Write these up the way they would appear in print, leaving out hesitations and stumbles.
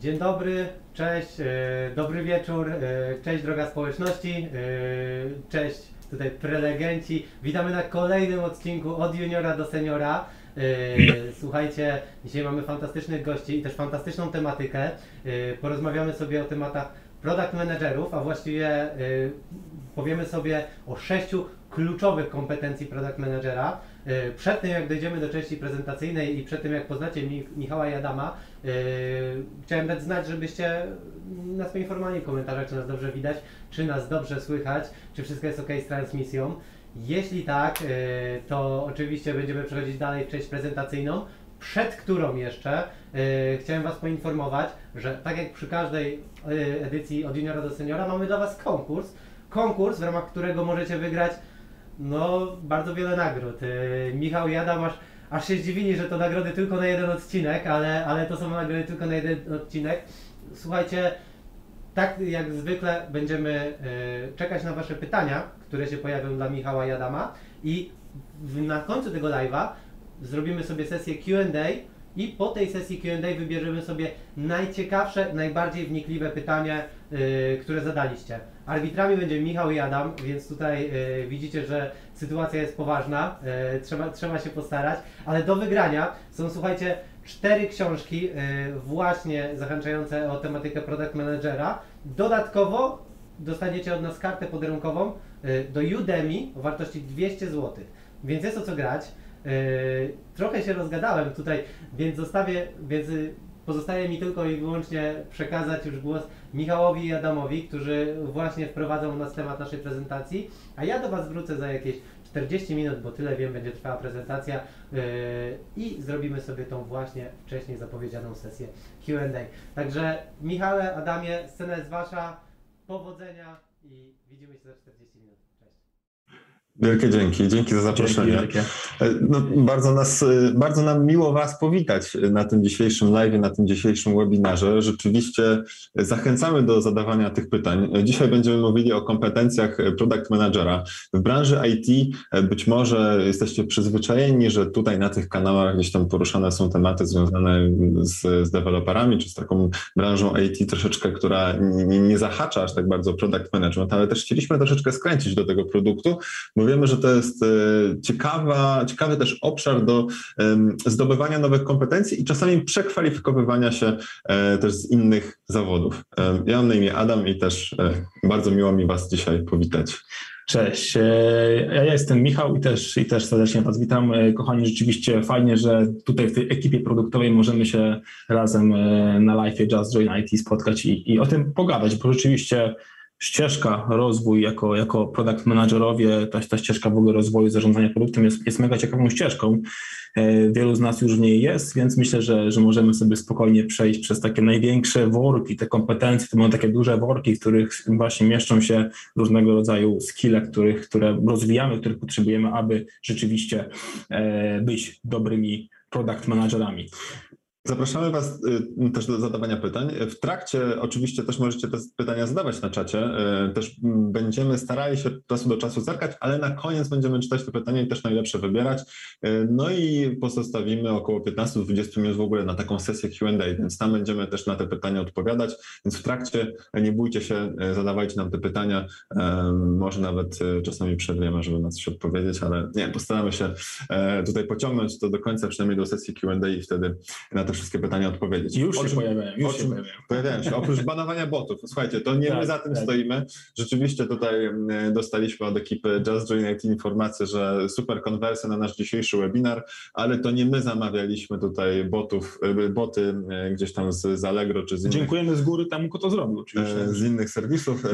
Dzień dobry, cześć, dobry wieczór, cześć droga społeczności, cześć tutaj prelegenci. Witamy na kolejnym odcinku Od Juniora do Seniora. Słuchajcie, dzisiaj mamy fantastycznych gości i też fantastyczną tematykę. Porozmawiamy sobie o tematach product managerów, a właściwie powiemy sobie o 6 kluczowych kompetencji product managera. Przed tym jak dojdziemy do części prezentacyjnej i przed tym jak poznacie Michała i Adama, chciałem dać znać, żebyście nas poinformowali w komentarzach, czy nas dobrze widać, czy nas dobrze słychać, czy wszystko jest ok z transmisją. Jeśli tak, to oczywiście będziemy przechodzić dalej w część prezentacyjną, przed którą jeszcze chciałem Was poinformować, że tak jak przy każdej edycji Od Juniora do Seniora mamy dla Was konkurs, w ramach którego możecie wygrać bardzo wiele nagród. Michał i Adam aż się zdziwili, że to nagrody tylko na jeden odcinek, ale to są nagrody tylko na jeden odcinek. Słuchajcie, tak jak zwykle będziemy czekać na Wasze pytania, które się pojawią dla Michała i Adama, i na końcu tego live'a zrobimy sobie sesję Q&A i po tej sesji Q&A wybierzemy sobie najciekawsze, najbardziej wnikliwe pytania, które zadaliście. Arbitrami będzie Michał i Adam, więc tutaj widzicie, że sytuacja jest poważna, trzeba się postarać, ale do wygrania są, słuchajcie, 4 książki właśnie zahaczające o tematykę product managera. Dodatkowo dostaniecie od nas kartę podarunkową do Udemy o wartości 200 zł, więc jest o co grać. Trochę się rozgadałem tutaj, więc pozostaje mi tylko i wyłącznie przekazać już głos Michałowi i Adamowi, którzy właśnie wprowadzą nas w temat naszej prezentacji, a ja do Was wrócę za jakieś 40 minut, bo tyle wiem, będzie trwała prezentacja i zrobimy sobie tą właśnie wcześniej zapowiedzianą sesję Q&A. Także Michale, Adamie, scena jest Wasza, powodzenia i widzimy się za 40 minut. Cześć. Wielkie dzięki za zaproszenie. Bardzo nam miło Was powitać na tym dzisiejszym live, na tym dzisiejszym webinarze. Rzeczywiście zachęcamy do zadawania tych pytań. Dzisiaj będziemy mówili o kompetencjach product managera. W branży IT być może jesteście przyzwyczajeni, że tutaj na tych kanałach gdzieś tam poruszane są tematy związane z deweloperami, czy z taką branżą IT troszeczkę, która nie zahacza aż tak bardzo product management, ale też chcieliśmy troszeczkę skręcić do tego produktu. Wiemy, że to jest ciekawy też obszar do zdobywania nowych kompetencji i czasami przekwalifikowywania się też z innych zawodów. Ja mam na imię Adam i też bardzo miło mi Was dzisiaj powitać. Cześć, ja jestem Michał i też serdecznie Was witam. Kochani, rzeczywiście fajnie, że tutaj w tej ekipie produktowej możemy się razem na live Just Join IT spotkać i o tym pogadać, bo rzeczywiście ścieżka rozwój jako product managerowie, ta ścieżka w ogóle rozwoju, zarządzania produktem jest mega ciekawą ścieżką. Wielu z nas już w niej jest, więc myślę, że możemy sobie spokojnie przejść przez takie największe worki, te kompetencje, to będą takie duże worki, w których właśnie mieszczą się różnego rodzaju skille, które rozwijamy, których potrzebujemy, aby rzeczywiście być dobrymi product managerami. Zapraszamy Was też do zadawania pytań. W trakcie oczywiście też możecie te pytania zadawać na czacie. Też będziemy starali się od czasu do czasu zerkać, ale na koniec będziemy czytać te pytania i też najlepsze wybierać. No i pozostawimy około 15-20 minut w ogóle na taką sesję Q&A, więc tam będziemy też na te pytania odpowiadać. Więc w trakcie nie bójcie się, zadawajcie nam te pytania. Może nawet czasami przerwiemy, żeby na coś odpowiedzieć, ale nie, postaramy się tutaj pociągnąć to do końca, przynajmniej do sesji Q&A i wtedy na te wszystkie pytania odpowiedzieć. Już się pojawiają się. Oprócz banowania botów. Słuchajcie, to nie my za tym stoimy. Rzeczywiście tutaj dostaliśmy od ekipy Just Join IT informację, że super konwersja na nasz dzisiejszy webinar, ale to nie my zamawialiśmy tutaj boty gdzieś tam z Allegro czy z innych... Dziękujemy z góry temu, kto to zrobił oczywiście. Z innych serwisów.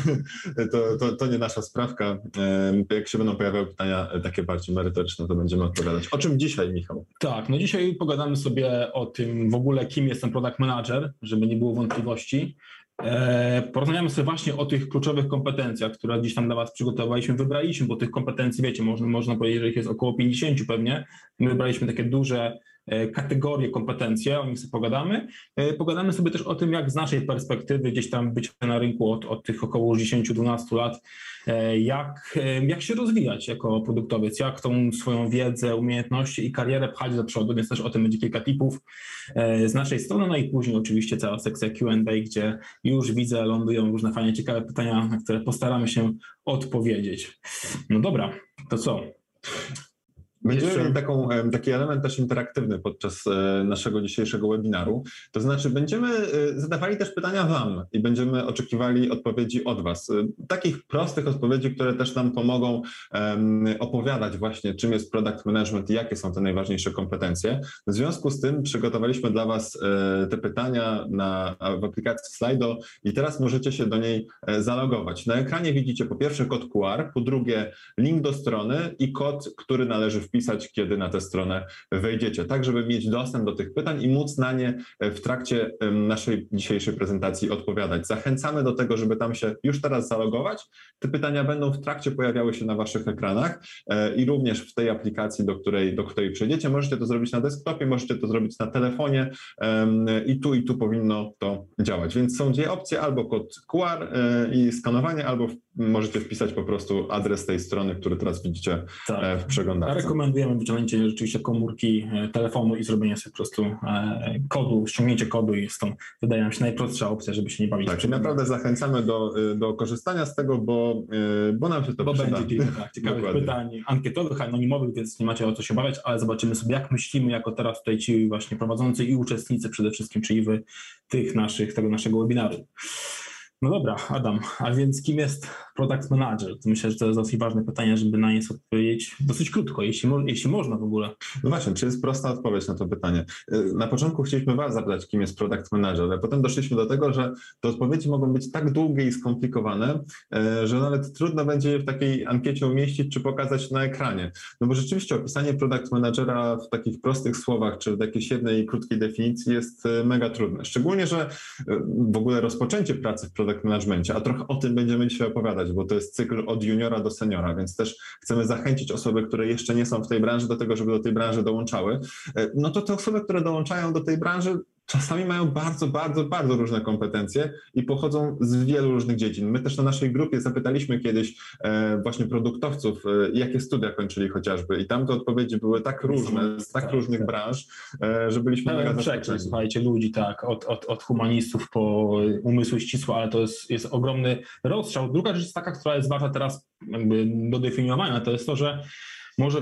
To nie nasza sprawka. Jak się będą pojawiały pytania takie bardziej merytoryczne, to będziemy odpowiadać. O czym dzisiaj, Michał? Tak, dzisiaj pogadamy sobie o tym w ogóle, kim jest ten product manager, żeby nie było wątpliwości. Porozmawiamy sobie właśnie o tych kluczowych kompetencjach, które gdzieś tam dla Was przygotowaliśmy, wybraliśmy, bo tych kompetencji, wiecie, można powiedzieć, że ich jest około 50 pewnie. My wybraliśmy takie duże kategorie, kompetencje, o nich sobie pogadamy. Pogadamy sobie też o tym, jak z naszej perspektywy gdzieś tam być na rynku od tych około 10-12 lat, jak się rozwijać jako produktowiec, jak tą swoją wiedzę, umiejętności i karierę pchać do przodu, więc też o tym będzie kilka tipów z naszej strony, no i później oczywiście cała sekcja Q&A, gdzie już widzę, lądują różne fajne, ciekawe pytania, na które postaramy się odpowiedzieć. No dobra, to co? Będziemy mieli taki element też interaktywny podczas naszego dzisiejszego webinaru. To znaczy będziemy zadawali też pytania Wam i będziemy oczekiwali odpowiedzi od Was. Takich prostych odpowiedzi, które też nam pomogą opowiadać właśnie, czym jest product management i jakie są te najważniejsze kompetencje. W związku z tym przygotowaliśmy dla Was te pytania w aplikacji Slido i teraz możecie się do niej zalogować. Na ekranie widzicie po pierwsze kod QR, po drugie link do strony i kod, który należy wpisać, kiedy na tę stronę wejdziecie, tak żeby mieć dostęp do tych pytań i móc na nie w trakcie naszej dzisiejszej prezentacji odpowiadać. Zachęcamy do tego, żeby tam się już teraz zalogować. Te pytania będą w trakcie pojawiały się na Waszych ekranach i również w tej aplikacji, do której przejdziecie. Możecie to zrobić na desktopie, możecie to zrobić na telefonie i tu powinno to działać. Więc są dwie opcje, albo kod QR i skanowanie, albo możecie wpisać po prostu adres tej strony, który teraz widzicie w przeglądarce. Rekomendujemy wyciągnięcie rzeczywiście komórki, telefonu i zrobienie sobie po prostu kodu, ściągnięcie kodu i jest to, wydaje nam się, najprostsza opcja, żeby się nie bawić. Tak, i naprawdę zachęcamy do korzystania z tego, bo nam się to przyda. Będzie kilka ciekawych pytań ankietowych, anonimowych, więc nie macie o co się obawiać, ale zobaczymy sobie, jak myślimy jako teraz tutaj ci właśnie prowadzący i uczestnicy przede wszystkim, czyli wy tego naszego webinaru. No dobra, Adam, a więc kim jest Product Manager? Myślę, że to jest dosyć ważne pytanie, żeby na nie odpowiedzieć dosyć krótko, jeśli można w ogóle. No właśnie, czy jest prosta odpowiedź na to pytanie? Na początku chcieliśmy Was zapytać, kim jest Product Manager, ale potem doszliśmy do tego, że te odpowiedzi mogą być tak długie i skomplikowane, że nawet trudno będzie je w takiej ankiecie umieścić czy pokazać na ekranie. No bo rzeczywiście opisanie Product Managera w takich prostych słowach czy w jakiejś jednej krótkiej definicji jest mega trudne. Szczególnie, że w ogóle rozpoczęcie pracy w Product Managemencie, a trochę o tym będziemy dzisiaj opowiadać, bo to jest cykl od juniora do seniora, więc też chcemy zachęcić osoby, które jeszcze nie są w tej branży do tego, żeby do tej branży dołączały. No to te osoby, które dołączają do tej branży, czasami mają bardzo, bardzo, bardzo różne kompetencje i pochodzą z wielu różnych dziedzin. My też na naszej grupie zapytaliśmy kiedyś właśnie produktowców, jakie studia kończyli chociażby i tam te odpowiedzi były tak różne, z tak różnych branż, że byliśmy mega zaskoczeni. Słuchajcie, ludzi tak, od humanistów po umysły ścisłe, ale to jest ogromny rozstrzał. Druga rzecz jest taka, która jest ważna teraz jakby do definiowania, to jest to, że może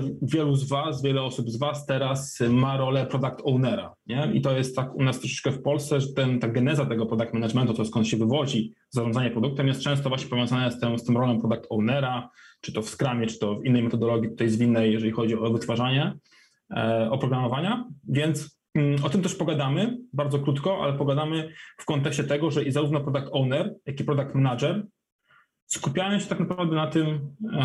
wiele osób z Was teraz ma rolę product ownera, nie? I to jest tak u nas troszeczkę w Polsce, że ta geneza tego product managementu, to skąd się wywodzi zarządzanie produktem, jest często właśnie powiązane z tą rolą product ownera, czy to w Scrumie, czy to w innej metodologii, tutaj zwinnej, jeżeli chodzi o wytwarzanie oprogramowania, więc o tym też pogadamy, bardzo krótko, ale pogadamy w kontekście tego, że i zarówno product owner, jak i product manager skupiają się tak naprawdę na tym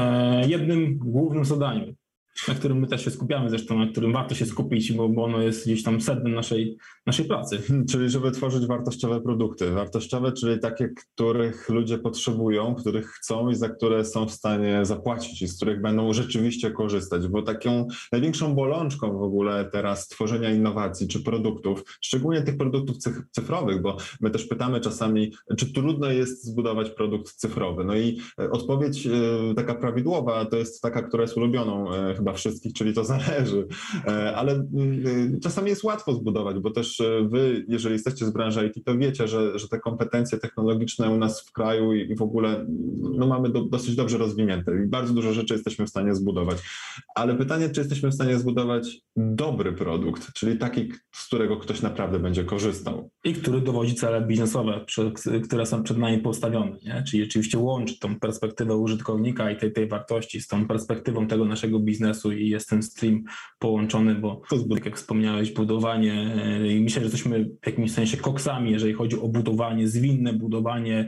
jednym głównym zadaniu, na którym my też się skupiamy zresztą, na którym warto się skupić, bo ono jest gdzieś tam sednem naszej pracy. Czyli żeby tworzyć wartościowe produkty. Wartościowe, czyli takie, których ludzie potrzebują, których chcą i za które są w stanie zapłacić i z których będą rzeczywiście korzystać, bo taką największą bolączką w ogóle teraz tworzenia innowacji czy produktów, szczególnie tych produktów cyfrowych, bo my też pytamy czasami, czy trudno jest zbudować produkt cyfrowy. No i odpowiedź taka prawidłowa to jest taka, która jest ulubioną chyba wszystkich, czyli to zależy, ale czasami jest łatwo zbudować, bo też wy, jeżeli jesteście z branży IT, to wiecie, że te kompetencje technologiczne u nas w kraju i w ogóle no, mamy dosyć dobrze rozwinięte i bardzo dużo rzeczy jesteśmy w stanie zbudować. Ale pytanie, czy jesteśmy w stanie zbudować dobry produkt, czyli taki, z którego ktoś naprawdę będzie korzystał. I który dowodzi cele biznesowe, które są przed nami postawione, nie? Czyli rzeczywiście łączy tą perspektywę użytkownika i tej wartości z tą perspektywą tego naszego biznesu i jest ten stream połączony, bo tak jak wspomniałeś, budowanie i myślę, że jesteśmy w jakimś sensie koksami, jeżeli chodzi o budowanie, zwinne budowanie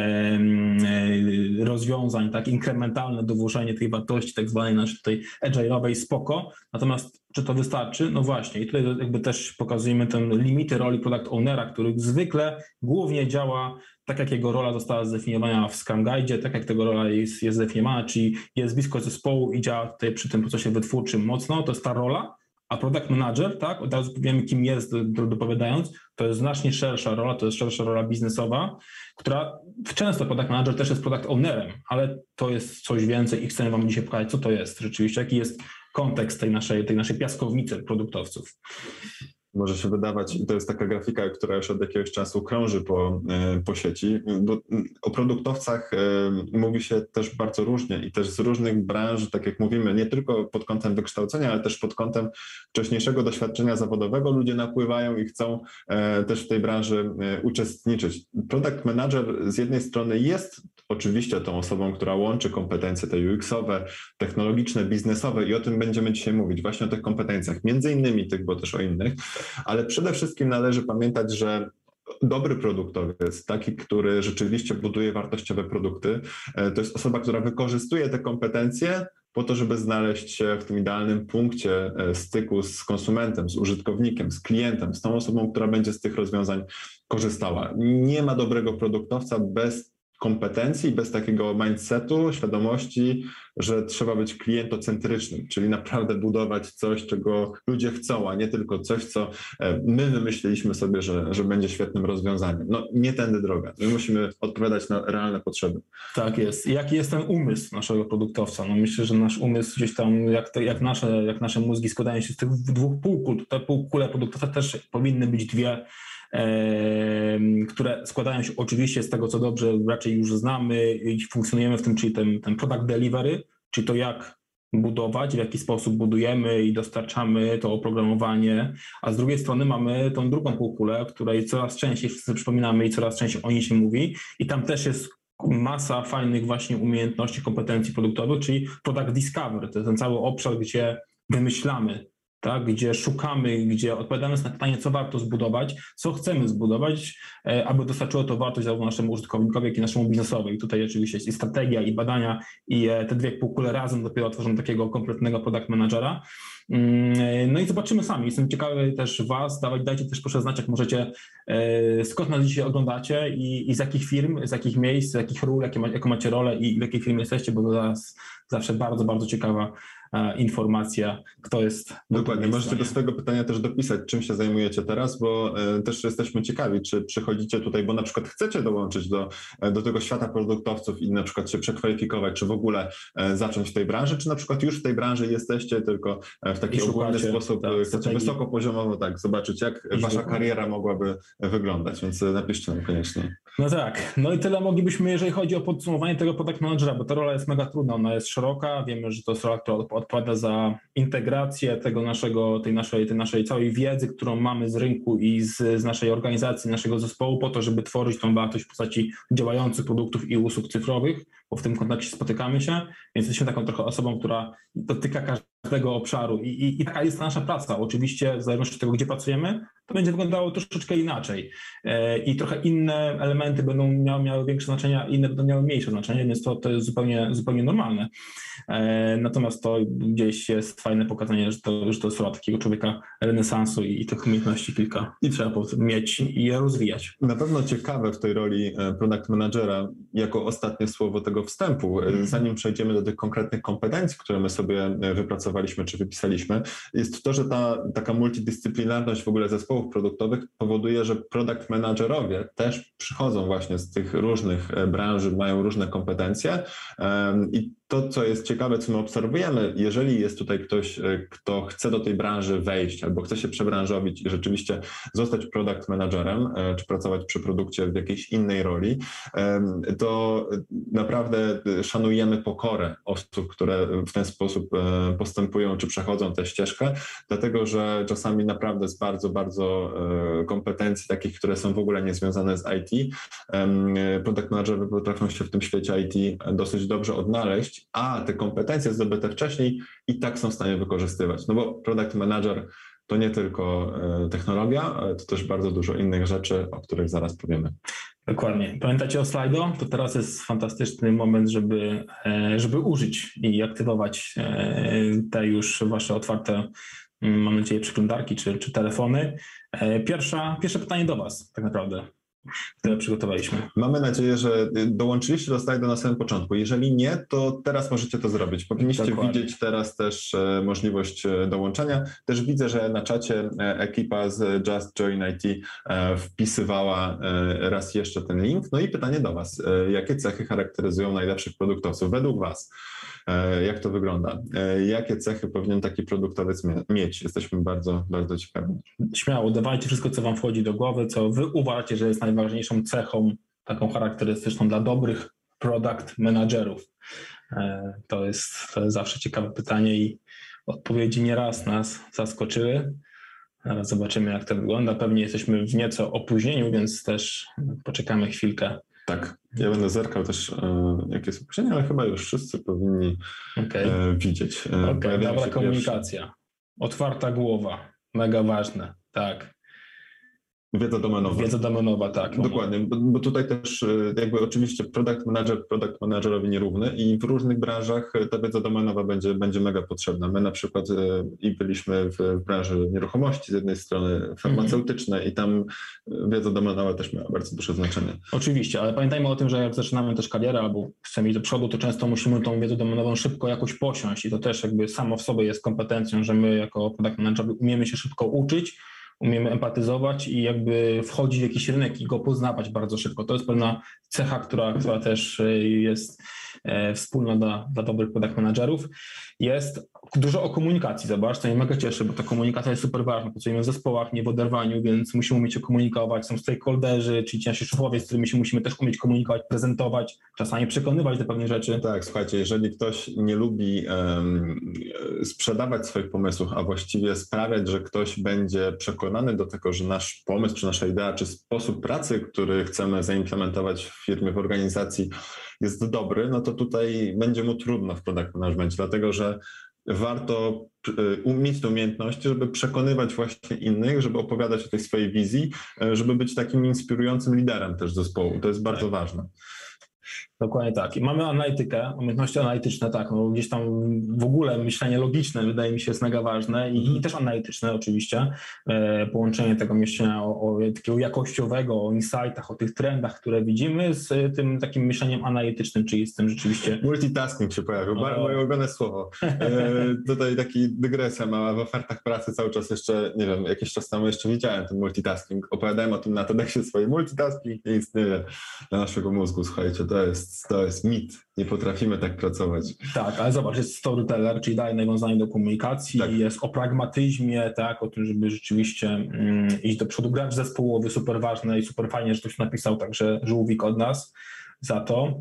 rozwiązań, tak inkrementalne dowożenie tej wartości tak zwanej naszej tej agile'owej spoko, natomiast czy to wystarczy? No właśnie i tutaj jakby też pokazujemy te limity roli product ownera, który zwykle głównie działa tak, jak jego rola została zdefiniowana w Scrum Guide, tak jak tego rola jest zdefiniowana, czyli jest blisko zespołu i działa tutaj przy tym procesie wytwórczym mocno, to jest ta rola, A product manager, tak, od razu powiemy, kim jest, dopowiadając, to jest znacznie szersza rola, to jest szersza rola biznesowa, która często product manager też jest product ownerem, ale to jest coś więcej i chcemy wam dzisiaj pokazać, co to jest rzeczywiście, jaki jest kontekst tej naszej piaskownicy produktowców. Może się wydawać, i to jest taka grafika, która już od jakiegoś czasu krąży po sieci, bo o produktowcach mówi się też bardzo różnie i też z różnych branż, tak jak mówimy, nie tylko pod kątem wykształcenia, ale też pod kątem wcześniejszego doświadczenia zawodowego ludzie napływają i chcą też w tej branży uczestniczyć. Product manager z jednej strony jest oczywiście tą osobą, która łączy kompetencje te UX-owe, technologiczne, biznesowe i o tym będziemy dzisiaj mówić, właśnie o tych kompetencjach, między innymi tych, bo też o innych, ale przede wszystkim należy pamiętać, że dobry produktowiec, taki, który rzeczywiście buduje wartościowe produkty, to jest osoba, która wykorzystuje te kompetencje po to, żeby znaleźć się w tym idealnym punkcie styku z konsumentem, z użytkownikiem, z klientem, z tą osobą, która będzie z tych rozwiązań korzystała. Nie ma dobrego produktowca bez kompetencji, bez takiego mindsetu, świadomości, że trzeba być klientocentrycznym, czyli naprawdę budować coś, czego ludzie chcą, a nie tylko coś, co my wymyśliliśmy sobie, że będzie świetnym rozwiązaniem. No nie tędy droga. My musimy odpowiadać na realne potrzeby. Tak jest. Jaki jest ten umysł naszego produktowca? No myślę, że nasz umysł gdzieś tam, jak nasze mózgi składają się z tych dwóch półkul, te półkule produktowca też powinny być dwie, które składają się oczywiście z tego, co dobrze raczej już znamy i funkcjonujemy w tym, czyli ten product delivery, czyli to jak budować, w jaki sposób budujemy i dostarczamy to oprogramowanie, a z drugiej strony mamy tą drugą półkulę, o której coraz częściej wszyscy przypominamy i coraz częściej o niej się mówi i tam też jest masa fajnych właśnie umiejętności, kompetencji produktowych, czyli product discovery, to jest ten cały obszar, gdzie wymyślamy, tak, gdzie szukamy, gdzie odpowiadamy na pytanie, co warto zbudować, co chcemy zbudować, aby dostarczyło to wartość zarówno naszemu użytkownikowi, jak i naszemu biznesowi. I tutaj oczywiście jest i strategia, i badania, i te dwie półkule razem dopiero tworzą takiego kompletnego product managera. No i zobaczymy sami. Jestem ciekawy też was, dajcie też proszę znać, jak możecie, skąd nas dzisiaj oglądacie i z jakich firm, z jakich miejsc, z jakich ról, jaką macie rolę i w jakiej firmie jesteście, bo to zawsze bardzo, bardzo ciekawa informacja, kto jest. Dokładnie, możecie do swojego pytania też dopisać, czym się zajmujecie teraz, bo też jesteśmy ciekawi, czy przychodzicie tutaj, bo na przykład chcecie dołączyć do tego świata produktowców i na przykład się przekwalifikować, czy w ogóle zacząć w tej branży, czy na przykład już w tej branży jesteście, tylko w taki ogólny sposób chcecie wysokopoziomowo zobaczyć, jak wasza kariera mogłaby wyglądać, więc napiszcie nam koniecznie. No tak, no i tyle moglibyśmy, jeżeli chodzi o podsumowanie tego product managera, bo ta rola jest mega trudna, ona jest szeroka, wiemy, że to jest rola, która odpowiada za integrację tej naszej całej wiedzy, którą mamy z rynku i z naszej organizacji, naszego zespołu po to, żeby tworzyć tą wartość w postaci działających produktów i usług cyfrowych, bo w tym kontekście spotykamy się, więc jesteśmy taką trochę osobą, która dotyka każdego obszaru i taka jest nasza praca. Oczywiście w zależności od tego, gdzie pracujemy, to będzie wyglądało troszeczkę inaczej i trochę inne elementy będą miały większe znaczenie, a inne będą miały mniejsze znaczenie, więc to jest zupełnie normalne. Natomiast to gdzieś jest fajne pokazanie, że to jest rola takiego człowieka renesansu i tych umiejętności kilka i trzeba mieć i je rozwijać. Na pewno ciekawe w tej roli product managera, jako ostatnie słowo tego wstępu, zanim przejdziemy do tych konkretnych kompetencji, które my sobie wypracowaliśmy czy wypisaliśmy, jest to, że ta taka multidyscyplinarność w ogóle zespołów produktowych powoduje, że product managerowie też przychodzą właśnie z tych różnych branży, mają różne kompetencje i to, co jest ciekawe, co my obserwujemy, jeżeli jest tutaj ktoś, kto chce do tej branży wejść albo chce się przebranżowić i rzeczywiście zostać product managerem, czy pracować przy produkcie w jakiejś innej roli, to naprawdę szanujemy pokorę osób, które w ten sposób postępują, czy przechodzą tę ścieżkę, dlatego, że czasami naprawdę z bardzo, bardzo kompetencji takich, które są w ogóle niezwiązane z IT, product managerowie potrafią się w tym świecie IT dosyć dobrze odnaleźć, a te kompetencje zdobyte wcześniej i tak są w stanie wykorzystywać. No bo product manager to nie tylko technologia, ale to też bardzo dużo innych rzeczy, o których zaraz powiemy. Dokładnie. Pamiętacie o Slido? To teraz jest fantastyczny moment, żeby użyć i aktywować te już wasze otwarte, mam nadzieję, przeglądarki czy telefony. Pierwsze pytanie do was tak naprawdę. które przygotowaliśmy. Mamy nadzieję, że dołączyliście do slajdu na samym początku. Jeżeli nie, to teraz możecie to zrobić. Powinniście Dokładnie. widzieć teraz też możliwość dołączenia. Też widzę, że na czacie ekipa z Just Join IT wpisywała raz jeszcze ten link. No i pytanie do Was. Jakie cechy charakteryzują najlepszych produktowców według Was? Jak to wygląda? Jakie cechy powinien taki produktowiec mieć? Jesteśmy bardzo, bardzo ciekawi. Śmiało, dawajcie wszystko, co wam wchodzi do głowy, co wy uważacie, że jest najważniejszą cechą, taką charakterystyczną dla dobrych product managerów. To jest zawsze ciekawe pytanie i odpowiedzi nieraz nas zaskoczyły. Zaraz zobaczymy, jak to wygląda. Pewnie jesteśmy w nieco opóźnieniu, więc też poczekamy chwilkę. Tak, ja będę zerkał też, jakie jest opóźnienie, ale chyba już wszyscy powinni widzieć. Dobra komunikacja. Otwarta głowa. Mega ważne, tak. Wiedza domenowa. Wiedza domenowa, tak. Dokładnie, bo tutaj też jakby oczywiście product managerowi nierówny i w różnych branżach ta wiedza domenowa będzie mega potrzebna. My na przykład i byliśmy w branży nieruchomości z jednej strony farmaceutycznej i tam wiedza domenowa też miała bardzo duże znaczenie. Oczywiście, ale pamiętajmy o tym, że jak zaczynamy też karierę albo chcemy iść do przodu, to często musimy tą wiedzę domenową szybko jakoś posiąść i to też jakby samo w sobie jest kompetencją, że my jako product managerowie umiemy się szybko uczyć, umiemy empatyzować i jakby wchodzić w jakiś rynek i go poznawać bardzo szybko. To jest pewna cecha, która też jest wspólna dla dobrych product managerów. Jest dużo o komunikacji, zobacz, co mnie mega cieszy, bo ta komunikacja jest super ważna. Pracujemy w zespołach, nie w oderwaniu, więc musimy umieć się komunikować. Są stakeholderzy, czyli ci nasi szefowie, z którymi się musimy też umieć komunikować, prezentować, czasami przekonywać do pewnych rzeczy. Tak, słuchajcie, jeżeli ktoś nie lubi sprzedawać swoich pomysłów, a właściwie sprawiać, że ktoś będzie przekonany do tego, że nasz pomysł, czy nasza idea, czy sposób pracy, który chcemy zaimplementować w firmie, w organizacji jest dobry, no to tutaj będzie mu trudno w product managementie, dlatego że warto mieć tę umiejętność, żeby przekonywać właśnie innych, żeby opowiadać o tej swojej wizji, żeby być takim inspirującym liderem też zespołu. To jest bardzo ważne. Dokładnie tak. I mamy analitykę, umiejętności analityczne, tak, no gdzieś tam w ogóle myślenie logiczne wydaje mi się jest mega ważne i też analityczne oczywiście. Połączenie tego myślenia o takiego jakościowego, o insightach, o tych trendach, które widzimy z tym takim myśleniem analitycznym, czyli z tym rzeczywiście... Multitasking się pojawił, moje ulubione słowo. Tutaj taki dygresja mała, w ofertach pracy cały czas jeszcze, nie wiem, jakiś czas temu jeszcze widziałem ten multitasking. Opowiadałem o tym na TEDxie swoim. Multitasking nie istnieje dla naszego mózgu, słuchajcie, to jest mit. Nie potrafimy tak pracować. Tak, ale zobacz, jest storyteller, czyli daje nawiązanie do komunikacji, tak. Jest o pragmatyzmie, tak, o tym, żeby rzeczywiście iść do przodu. Gracz zespołowy, super ważne i super fajnie, że ktoś napisał, także żółwik od nas za to.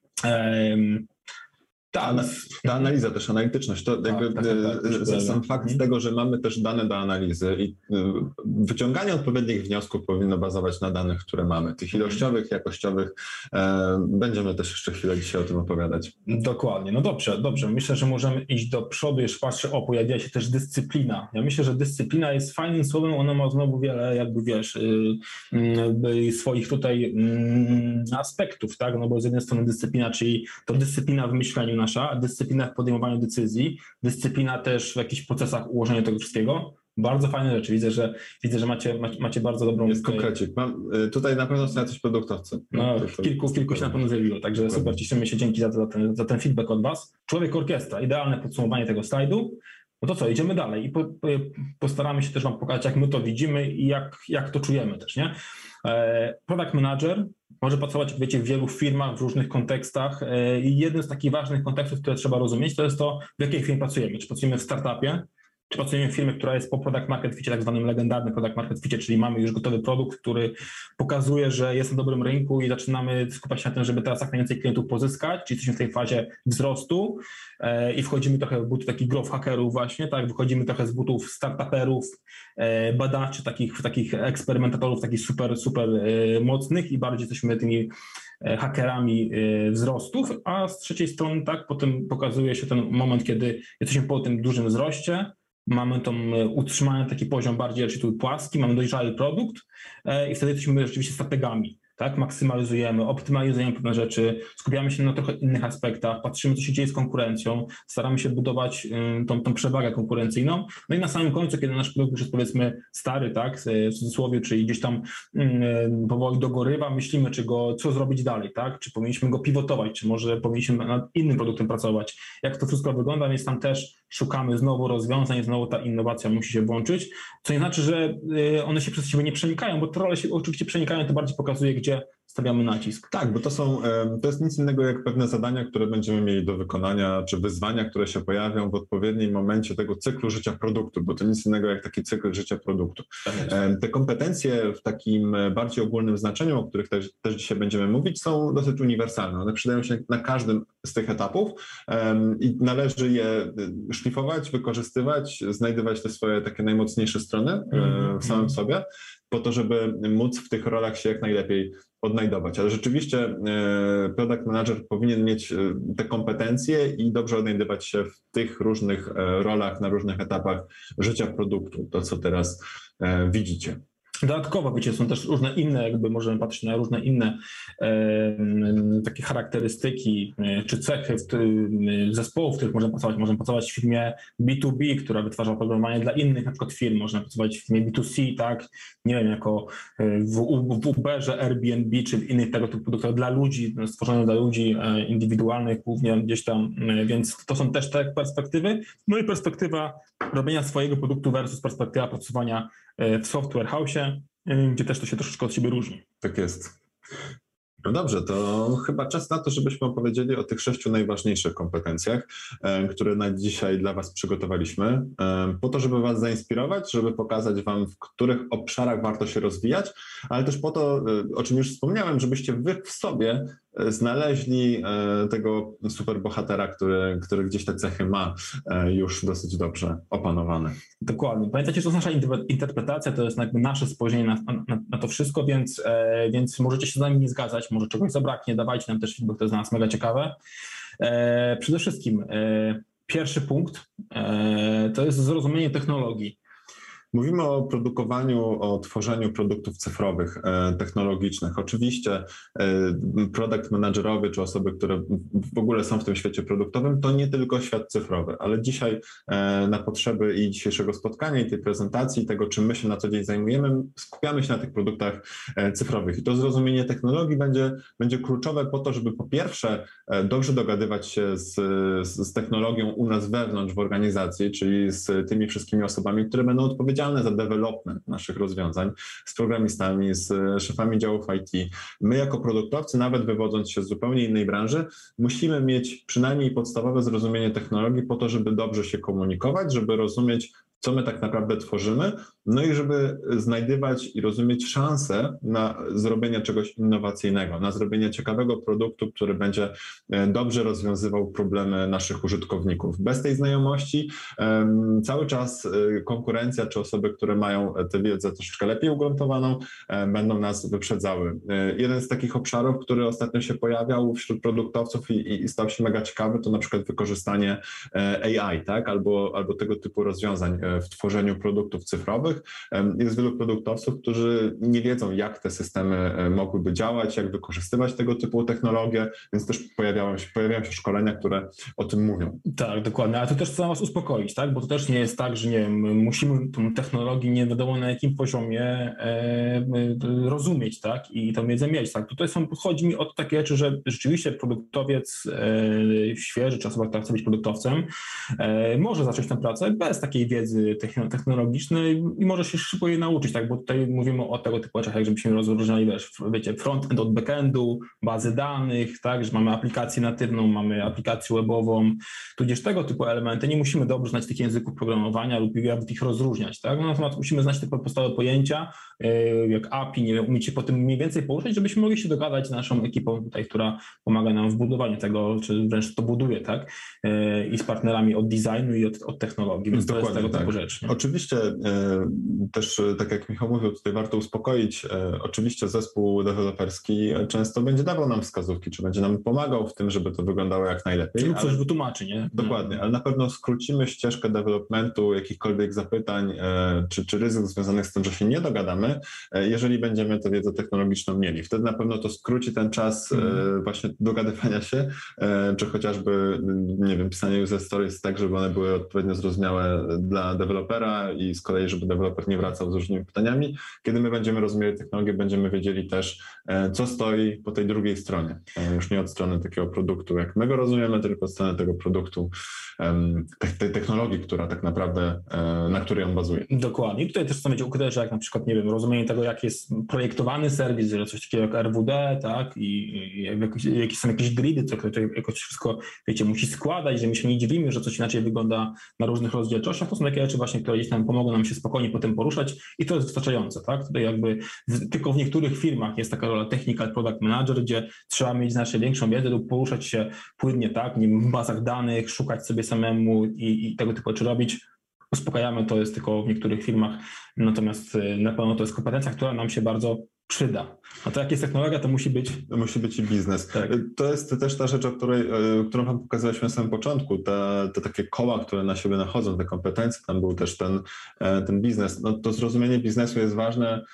Ta analiza też, analityczność, to sam fakt tego, że mamy też dane do analizy i wyciąganie odpowiednich wniosków powinno bazować na danych, które mamy, tych ilościowych, jakościowych. Będziemy też jeszcze chwilę dzisiaj o tym opowiadać. Dokładnie, no dobrze. Myślę, że możemy iść do przodu. Jeszcze patrzę, pojawiła się też dyscyplina. Ja myślę, że dyscyplina jest fajnym słowem, ona ma znowu wiele jakby swoich tutaj aspektów, tak, no bo z jednej strony dyscyplina, czyli to dyscyplina w myśleniu nasza, dyscyplina w podejmowaniu decyzji, dyscyplina też w jakichś procesach ułożenia tego wszystkiego. Bardzo fajne rzeczy. Widzę, że macie bardzo dobrą... Jest konkrecik. Tutaj na pewno są jacyś produktowcy. No, kilku się na pewno zjawiło, także dokładnie. Super, cieszymy się, dzięki za ten feedback od Was. Człowiek orkiestra, idealne podsumowanie tego slajdu. No to co, idziemy dalej i postaramy się też Wam pokazać, jak my to widzimy i jak to czujemy też, nie? Product manager może pracować, wiecie, w wielu firmach, w różnych kontekstach i jeden z takich ważnych kontekstów, które trzeba rozumieć, to jest to, w jakiej firmie pracujemy. Czy pracujemy w startupie, czy pracujemy w firmie, która jest po product market ficie, tak zwanym legendarnym product market ficie, czyli mamy już gotowy produkt, który pokazuje, że jest na dobrym rynku i zaczynamy skupiać się na tym, żeby teraz jak najwięcej klientów pozyskać, czyli jesteśmy w tej fazie wzrostu i wchodzimy trochę w buty takich growth hackerów właśnie, tak, wychodzimy trochę z butów startuperów, badaczy, takich eksperymentatorów, takich super mocnych i bardziej jesteśmy tymi hakerami wzrostów, a z trzeciej strony tak, potem pokazuje się ten moment, kiedy jesteśmy po tym dużym wzroście, mamy utrzymany taki poziom bardziej raczej płaski, mamy dojrzały produkt i wtedy jesteśmy rzeczywiście strategami. tak? Maksymalizujemy, optymalizujemy pewne rzeczy, skupiamy się na trochę innych aspektach, patrzymy, co się dzieje z konkurencją, staramy się budować tą przewagę konkurencyjną. No i na samym końcu, kiedy nasz produkt już jest powiedzmy stary, tak, w cudzysłowie, czyli gdzieś tam powoli dogorywa, myślimy, co zrobić dalej, tak? Czy powinniśmy go pivotować, czy może powinniśmy nad innym produktem pracować. Jak to wszystko wygląda, więc tam też szukamy znowu rozwiązań, znowu ta innowacja musi się włączyć, co nie znaczy, że one się przez siebie nie przenikają, bo te role się oczywiście przenikają, to bardziej pokazuje, gdzie stawiamy nacisk. Tak, bo to jest nic innego jak pewne zadania, które będziemy mieli do wykonania, czy wyzwania, które się pojawią w odpowiednim momencie tego cyklu życia produktu, bo to nic innego jak taki cykl życia produktu. Te kompetencje w takim bardziej ogólnym znaczeniu, o których też dzisiaj będziemy mówić, są dosyć uniwersalne. One przydają się na każdym z tych etapów i należy je szlifować, wykorzystywać, znajdywać te swoje takie najmocniejsze strony w samym sobie, po to, żeby móc w tych rolach się jak najlepiej odnajdować. Ale rzeczywiście product manager powinien mieć te kompetencje i dobrze odnajdywać się w tych różnych rolach, na różnych etapach życia produktu, to co teraz widzicie. Dodatkowo, wiecie, są też różne inne, jakby możemy patrzeć na różne inne takie charakterystyki czy cechy zespołów, w których możemy pracować. Możemy pracować w firmie B2B, która wytwarza oprogramowanie dla innych na przykład firm. Można pracować w firmie B2C, tak? Nie wiem, jako w Uberze, Airbnb czy w innych tego typu produktach dla ludzi, stworzonych dla ludzi indywidualnych głównie gdzieś tam, więc to są też te perspektywy. No i perspektywa robienia swojego produktu versus perspektywa pracowania w software house'ie, gdzie też to się troszeczkę od siebie różni. Tak jest. No dobrze, to chyba czas na to, żebyśmy opowiedzieli o tych 6 najważniejszych kompetencjach, które na dzisiaj dla Was przygotowaliśmy, po to, żeby Was zainspirować, żeby pokazać Wam, w których obszarach warto się rozwijać, ale też po to, o czym już wspomniałem, żebyście Wy w sobie znaleźli tego superbohatera, który gdzieś te cechy ma już dosyć dobrze opanowane. Dokładnie. Pamiętajcie, że to jest nasza interpretacja, to jest jakby nasze spojrzenie na to wszystko, więc możecie się z nami nie zgadzać, może czegoś zabraknie, dawajcie nam też feedback, to jest dla nas mega ciekawe. Przede wszystkim pierwszy punkt to jest zrozumienie technologii. Mówimy o produkowaniu, o tworzeniu produktów cyfrowych, technologicznych. Oczywiście product managerowie czy osoby, które w ogóle są w tym świecie produktowym, to nie tylko świat cyfrowy, ale dzisiaj na potrzeby i dzisiejszego spotkania i tej prezentacji, tego czym my się na co dzień zajmujemy, skupiamy się na tych produktach cyfrowych. I to zrozumienie technologii będzie kluczowe po to, żeby po pierwsze dobrze dogadywać się z technologią u nas wewnątrz w organizacji, czyli z tymi wszystkimi osobami, które będą odpowiedzialne za development naszych rozwiązań, z programistami, z szefami działów IT. My jako produktowcy, nawet wywodząc się z zupełnie innej branży, musimy mieć przynajmniej podstawowe zrozumienie technologii po to, żeby dobrze się komunikować, żeby rozumieć, co my tak naprawdę tworzymy, no i żeby znajdywać i rozumieć szansę na zrobienie czegoś innowacyjnego, na zrobienie ciekawego produktu, który będzie dobrze rozwiązywał problemy naszych użytkowników. Bez tej znajomości cały czas konkurencja czy osoby, które mają tę wiedzę troszeczkę lepiej ugruntowaną, będą nas wyprzedzały. Jeden z takich obszarów, który ostatnio się pojawiał wśród produktowców i stał się mega ciekawy, to na przykład wykorzystanie AI, tak? Albo tego typu rozwiązań w tworzeniu produktów cyfrowych. Jest wielu produktowców, którzy nie wiedzą, jak te systemy mogłyby działać, jak wykorzystywać tego typu technologie, więc też pojawiają się szkolenia, które o tym mówią. Tak, dokładnie, ale to też chcę Was uspokoić, tak? Bo to też nie jest tak, że nie wiem, musimy tą technologię nie wiadomo na jakim poziomie rozumieć, tak? I tą wiedzę mieć, tak? Tutaj chodzi mi o takie rzeczy, że rzeczywiście produktowiec świeży, czy osoba, która chce być produktowcem, może zacząć tę pracę bez takiej wiedzy technologicznej i może się szybko jej nauczyć, tak? Bo tutaj mówimy o tego typu rzeczach, jak żebyśmy rozróżniali, wiecie, frontend od backendu, bazy danych, tak? Że mamy aplikację natywną, mamy aplikację webową, tudzież tego typu elementy. Nie musimy dobrze znać tych języków programowania lub ich rozróżniać, tak? No, natomiast musimy znać te podstawowe pojęcia, jak API, nie wiem, umieć się po tym mniej więcej poruszać, żebyśmy mogli się dogadać z naszą ekipą tutaj, która pomaga nam w budowaniu tego, czy wręcz to buduje, tak? I z partnerami od designu i od technologii, więc to jest tego typu rzecz. Nie? Oczywiście też, tak jak Michał mówił, tutaj warto uspokoić. Oczywiście zespół deweloperski często będzie dawał nam wskazówki, czy będzie nam pomagał w tym, żeby to wyglądało jak najlepiej. Lub coś wytłumaczy, nie? Dokładnie, ale na pewno skrócimy ścieżkę developmentu, jakichkolwiek zapytań, czy ryzyk związanych z tym, że się nie dogadamy, jeżeli będziemy tę wiedzę technologiczną mieli. Wtedy na pewno to skróci ten czas właśnie dogadywania się, czy chociażby, nie wiem, pisanie user stories tak, żeby one były odpowiednio zrozumiałe dla dewelopera i z kolei, żeby deweloper nie wracał z różnymi pytaniami. Kiedy my będziemy rozumieli technologię, będziemy wiedzieli też, co stoi po tej drugiej stronie. Już nie od strony takiego produktu, jak my go rozumiemy, tylko od strony tego produktu, tej technologii, która tak naprawdę, na której on bazuje. Dokładnie. I tutaj też chcę mieć ukryte, że jak na przykład, nie wiem, rozumienie tego, jak jest projektowany serwis, że coś takiego jak RWD, tak, i jakie są jakieś gridy, co jakoś wszystko, wiecie, musi składać, że my się nie dziwimy, że coś inaczej wygląda na różnych rozdzielczościach. To są takie rzeczy właśnie, które gdzieś tam pomogą nam się spokojnie potem poruszać i to jest wystarczające, tak? Tutaj jakby tylko w niektórych firmach jest taka rola technical product manager, gdzie trzeba mieć znacznie większą wiedzę lub poruszać się płynnie, tak, nie wiem, w bazach danych, szukać sobie samemu i tego typu rzeczy robić. Uspokajamy, to jest tylko w niektórych firmach, natomiast na pewno to jest kompetencja, która nam się bardzo przyda. A to jak jest technologia, to musi być... To musi być i biznes. Tak. To jest też ta rzecz, którą wam pokazaliśmy na samym początku, te takie koła, które na siebie nachodzą, te kompetencje, tam był też ten biznes. No, to zrozumienie biznesu jest ważne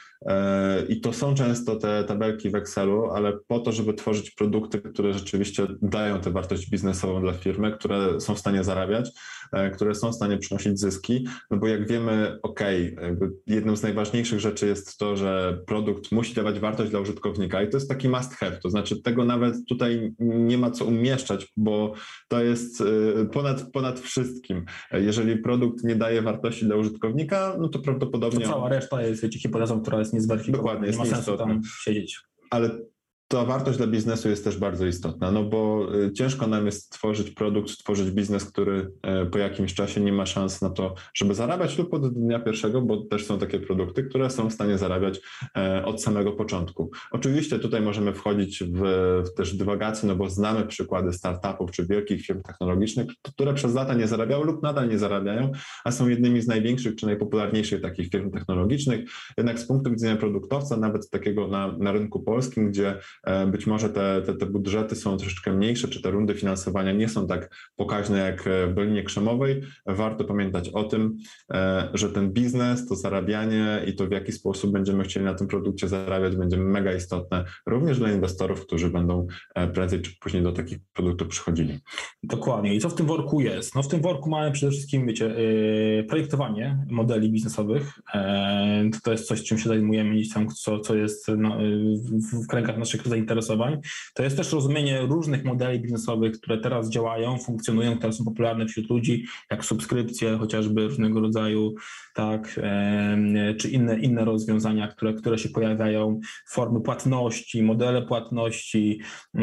i to są często te tabelki w Excelu, ale po to, żeby tworzyć produkty, które rzeczywiście dają tę wartość biznesową dla firmy, które są w stanie zarabiać, które są w stanie przynosić zyski, no bo jak wiemy, jedną z najważniejszych rzeczy jest to, że produkt musi dawać wartość dla użytkownika i to jest taki must have, to znaczy tego nawet tutaj nie ma co umieszczać, bo to jest ponad wszystkim. Jeżeli produkt nie daje wartości dla użytkownika, no to prawdopodobnie... To cała reszta jest, wiecie, hipotezą, która jest niezweryfikowana. Dokładnie, nie ma sensu tam siedzieć. Ale ta wartość dla biznesu jest też bardzo istotna, no bo ciężko nam jest stworzyć produkt, stworzyć biznes, który po jakimś czasie nie ma szans na to, żeby zarabiać lub od dnia pierwszego, bo też są takie produkty, które są w stanie zarabiać od samego początku. Oczywiście tutaj możemy wchodzić w też dywagacje, no bo znamy przykłady startupów czy wielkich firm technologicznych, które przez lata nie zarabiały lub nadal nie zarabiają, a są jednymi z największych czy najpopularniejszych takich firm technologicznych. Jednak z punktu widzenia produktowca, nawet takiego na rynku polskim, gdzie być może te budżety są troszeczkę mniejsze, czy te rundy finansowania nie są tak pokaźne jak w Dolinie Krzemowej. Warto pamiętać o tym, że ten biznes, to zarabianie i to w jaki sposób będziemy chcieli na tym produkcie zarabiać będzie mega istotne również dla inwestorów, którzy będą prędzej czy później do takich produktów przychodzili. Dokładnie. I co w tym worku jest? No w tym worku mamy przede wszystkim, wiecie, projektowanie modeli biznesowych. To jest coś, czym się zajmujemy gdzieś tam, co jest w kręgach naszych zainteresowań. To jest też rozumienie różnych modeli biznesowych, które teraz działają, funkcjonują, które są popularne wśród ludzi, jak subskrypcje, chociażby różnego rodzaju, tak, czy inne rozwiązania, które się pojawiają, formy płatności, modele płatności,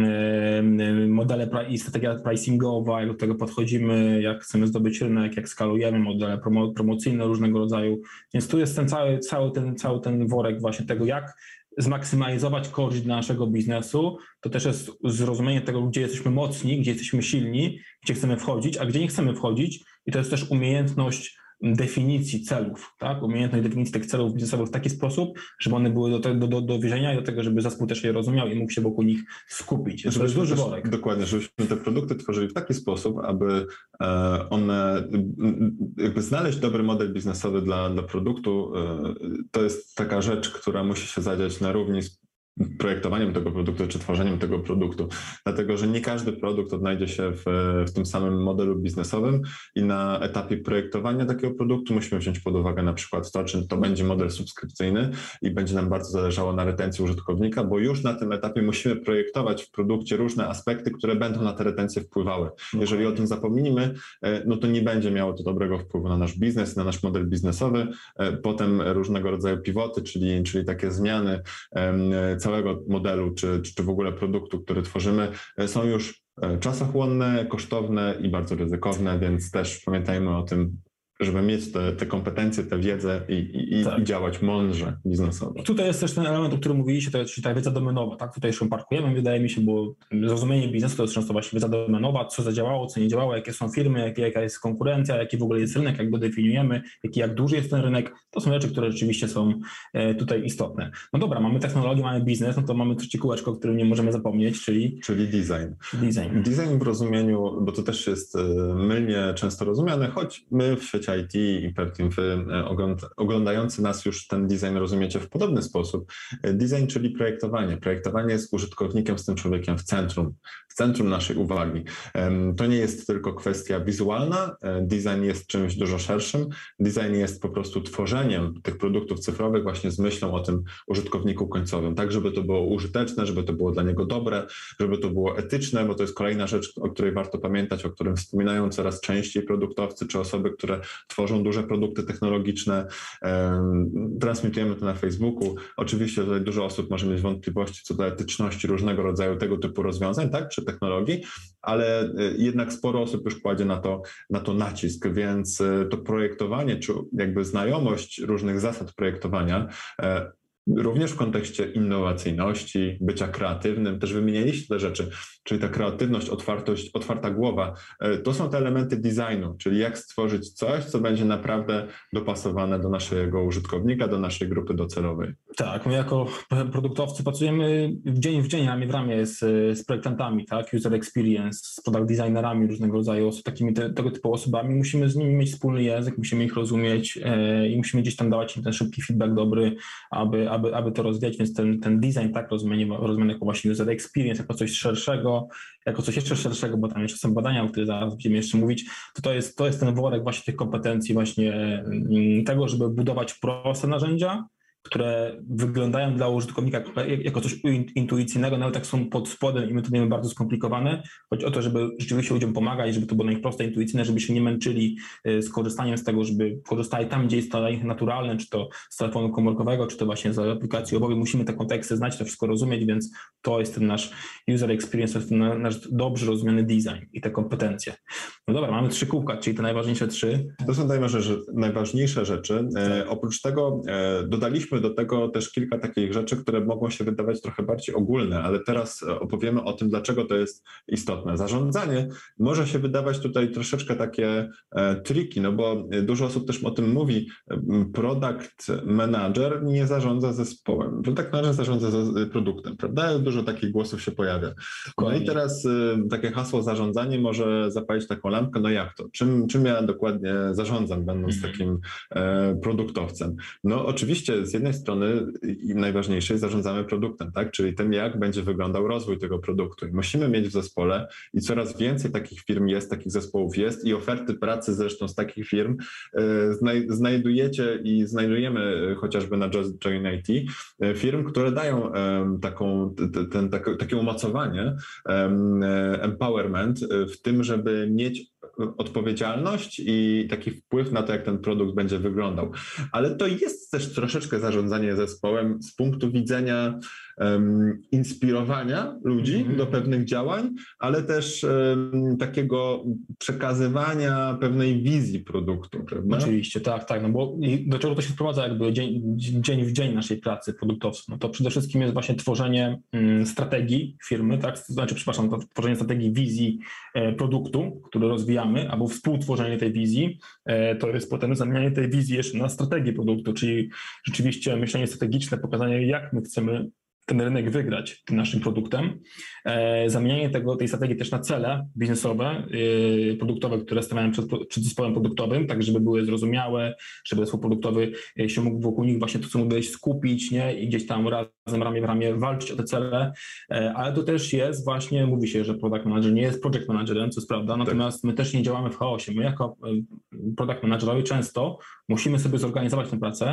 modele i strategia pricingowa, jak do tego podchodzimy, jak chcemy zdobyć rynek, jak skalujemy, modele promocyjne różnego rodzaju. Więc tu jest cały ten worek właśnie tego, jak zmaksymalizować korzyść dla naszego biznesu. To też jest zrozumienie tego, gdzie jesteśmy mocni, gdzie jesteśmy silni, gdzie chcemy wchodzić, a gdzie nie chcemy wchodzić. I to jest też umiejętność definicji celów, tak? Umiejętność definicji tych celów biznesowych w taki sposób, żeby one były do dowiezienia i do tego, żeby zespół też je rozumiał i mógł się wokół nich skupić. To jest duży worek. Dokładnie, żebyśmy te produkty tworzyli w taki sposób, aby one, jakby znaleźć dobry model biznesowy dla produktu, to jest taka rzecz, która musi się zadziać na równi z projektowaniem tego produktu czy tworzeniem tego produktu, dlatego że nie każdy produkt odnajdzie się w tym samym modelu biznesowym i na etapie projektowania takiego produktu musimy wziąć pod uwagę na przykład to, czy to będzie model subskrypcyjny i będzie nam bardzo zależało na retencji użytkownika, bo już na tym etapie musimy projektować w produkcie różne aspekty, które będą na te retencje wpływały. Jeżeli o tym zapomnimy, no to nie będzie miało to dobrego wpływu na nasz biznes, na nasz model biznesowy. Potem różnego rodzaju pivoty, czyli takie zmiany całego modelu, czy w ogóle produktu, który tworzymy, są już czasochłonne, kosztowne i bardzo ryzykowne, więc też pamiętajmy o tym, żeby mieć te kompetencje, tę wiedzę i działać mądrze biznesowo. I tutaj jest też ten element, o którym mówiliście, to jest ta wiedza domenowa, tak? Tutaj się parkujemy, wydaje mi się, bo zrozumienie biznesu to jest często właśnie wiedza domenowa, co zadziałało, co nie działało, jakie są firmy, jaka jest konkurencja, jaki w ogóle jest rynek, jak go definiujemy, jak duży jest ten rynek. To są rzeczy, które rzeczywiście są tutaj istotne. No dobra, mamy technologię, mamy biznes, no to mamy trzecie kółeczko, o którym nie możemy zapomnieć, czyli design. Design w rozumieniu, bo to też jest mylnie często rozumiane, choć my w świecie IT i pewnie wy oglądający nas już ten design rozumiecie w podobny sposób. Design, czyli projektowanie. Projektowanie jest użytkownikiem, z tym człowiekiem w centrum naszej uwagi. To nie jest tylko kwestia wizualna, design jest czymś dużo szerszym. Design jest po prostu tworzeniem tych produktów cyfrowych właśnie z myślą o tym użytkowniku końcowym, tak żeby to było użyteczne, żeby to było dla niego dobre, żeby to było etyczne, bo to jest kolejna rzecz, o której warto pamiętać, o którym wspominają coraz częściej produktowcy czy osoby, które tworzą duże produkty technologiczne. Transmitujemy to na Facebooku. Oczywiście tutaj dużo osób może mieć wątpliwości co do etyczności różnego rodzaju tego typu rozwiązań, tak, czy technologii, ale jednak sporo osób już kładzie na to nacisk, więc to projektowanie, czy jakby znajomość różnych zasad projektowania, również w kontekście innowacyjności, bycia kreatywnym, też wymienialiście te rzeczy, czyli ta kreatywność, otwartość, otwarta głowa, to są te elementy designu, czyli jak stworzyć coś, co będzie naprawdę dopasowane do naszego użytkownika, do naszej grupy docelowej. Tak, my jako produktowcy pracujemy dzień w dzień, ramię w ramię z projektantami, tak, user experience, z product designerami różnego rodzaju, z takimi tego typu osobami. Musimy z nimi mieć wspólny język, musimy ich rozumieć i musimy gdzieś tam dawać im ten szybki feedback dobry, aby to rozwijać, więc ten design, tak, rozumiany jako właśnie user experience, jako coś szerszego, jako coś jeszcze szerszego, bo tam jeszcze są badania, o których zaraz będziemy jeszcze mówić, to jest ten worek właśnie tych kompetencji właśnie tego, żeby budować proste narzędzia, które wyglądają dla użytkownika jako coś intuicyjnego, nawet jak są pod spodem i my to wiemy bardzo skomplikowane. Chodzi o to, żeby rzeczywiście ludziom pomagać, żeby to było najproste, intuicyjne, żeby się nie męczyli z korzystaniem z tego, żeby korzystali tam, gdzie jest to dla nich naturalne, czy to z telefonu komórkowego, czy to właśnie z aplikacji webowej. Musimy te konteksty znać, to wszystko rozumieć, więc to jest ten nasz user experience, to jest ten nasz dobrze rozumiany design i te kompetencje. No dobra, mamy 3 kółka, czyli te najważniejsze 3. To są najważniejsze rzeczy. Oprócz tego dodaliśmy do tego też kilka takich rzeczy, które mogą się wydawać trochę bardziej ogólne, ale teraz opowiemy o tym, dlaczego to jest istotne. Zarządzanie może się wydawać tutaj troszeczkę takie tricky, no bo dużo osób też o tym mówi. Product manager nie zarządza zespołem. Product manager zarządza produktem, prawda? Dużo takich głosów się pojawia. No i teraz takie hasło zarządzanie może zapalić taką lampkę, no jak to? Czym ja dokładnie zarządzam, będąc takim produktowcem? No oczywiście z jednej strony najważniejsze zarządzamy produktem, tak? Czyli tym, jak będzie wyglądał rozwój tego produktu. I musimy mieć w zespole i coraz więcej takich firm jest, takich zespołów jest i oferty pracy zresztą z takich firm znajdujecie i znajdujemy chociażby na Just Join IT firm, które dają takie umocowanie, empowerment w tym, żeby mieć odpowiedzialność i taki wpływ na to, jak ten produkt będzie wyglądał. Ale to jest też troszeczkę zarządzanie zespołem z punktu widzenia inspirowania ludzi do pewnych działań, ale też takiego przekazywania pewnej wizji produktu, prawda? Oczywiście, tak, no bo do czego to się sprowadza jakby dzień w dzień naszej pracy produktowców? No to przede wszystkim jest właśnie tworzenie strategii firmy, tak? To tworzenie strategii wizji produktu, który rozwijamy, albo współtworzenie tej wizji, to jest potem zamienianie tej wizji jeszcze na strategię produktu, czyli rzeczywiście myślenie strategiczne, pokazanie, jak my chcemy ten rynek wygrać tym naszym produktem, zamienianie tej strategii też na cele biznesowe, produktowe, które stawiamy przed zespołem produktowym, tak żeby były zrozumiałe, żeby zespół produktowy się mógł wokół nich właśnie to, co mówiłeś, skupić, nie? I gdzieś tam razem ramię w ramię walczyć o te cele, ale to też jest właśnie, mówi się, że product manager nie jest project managerem, co jest prawda, natomiast my też nie działamy w chaosie. My jako product managerowie często musimy sobie zorganizować tę pracę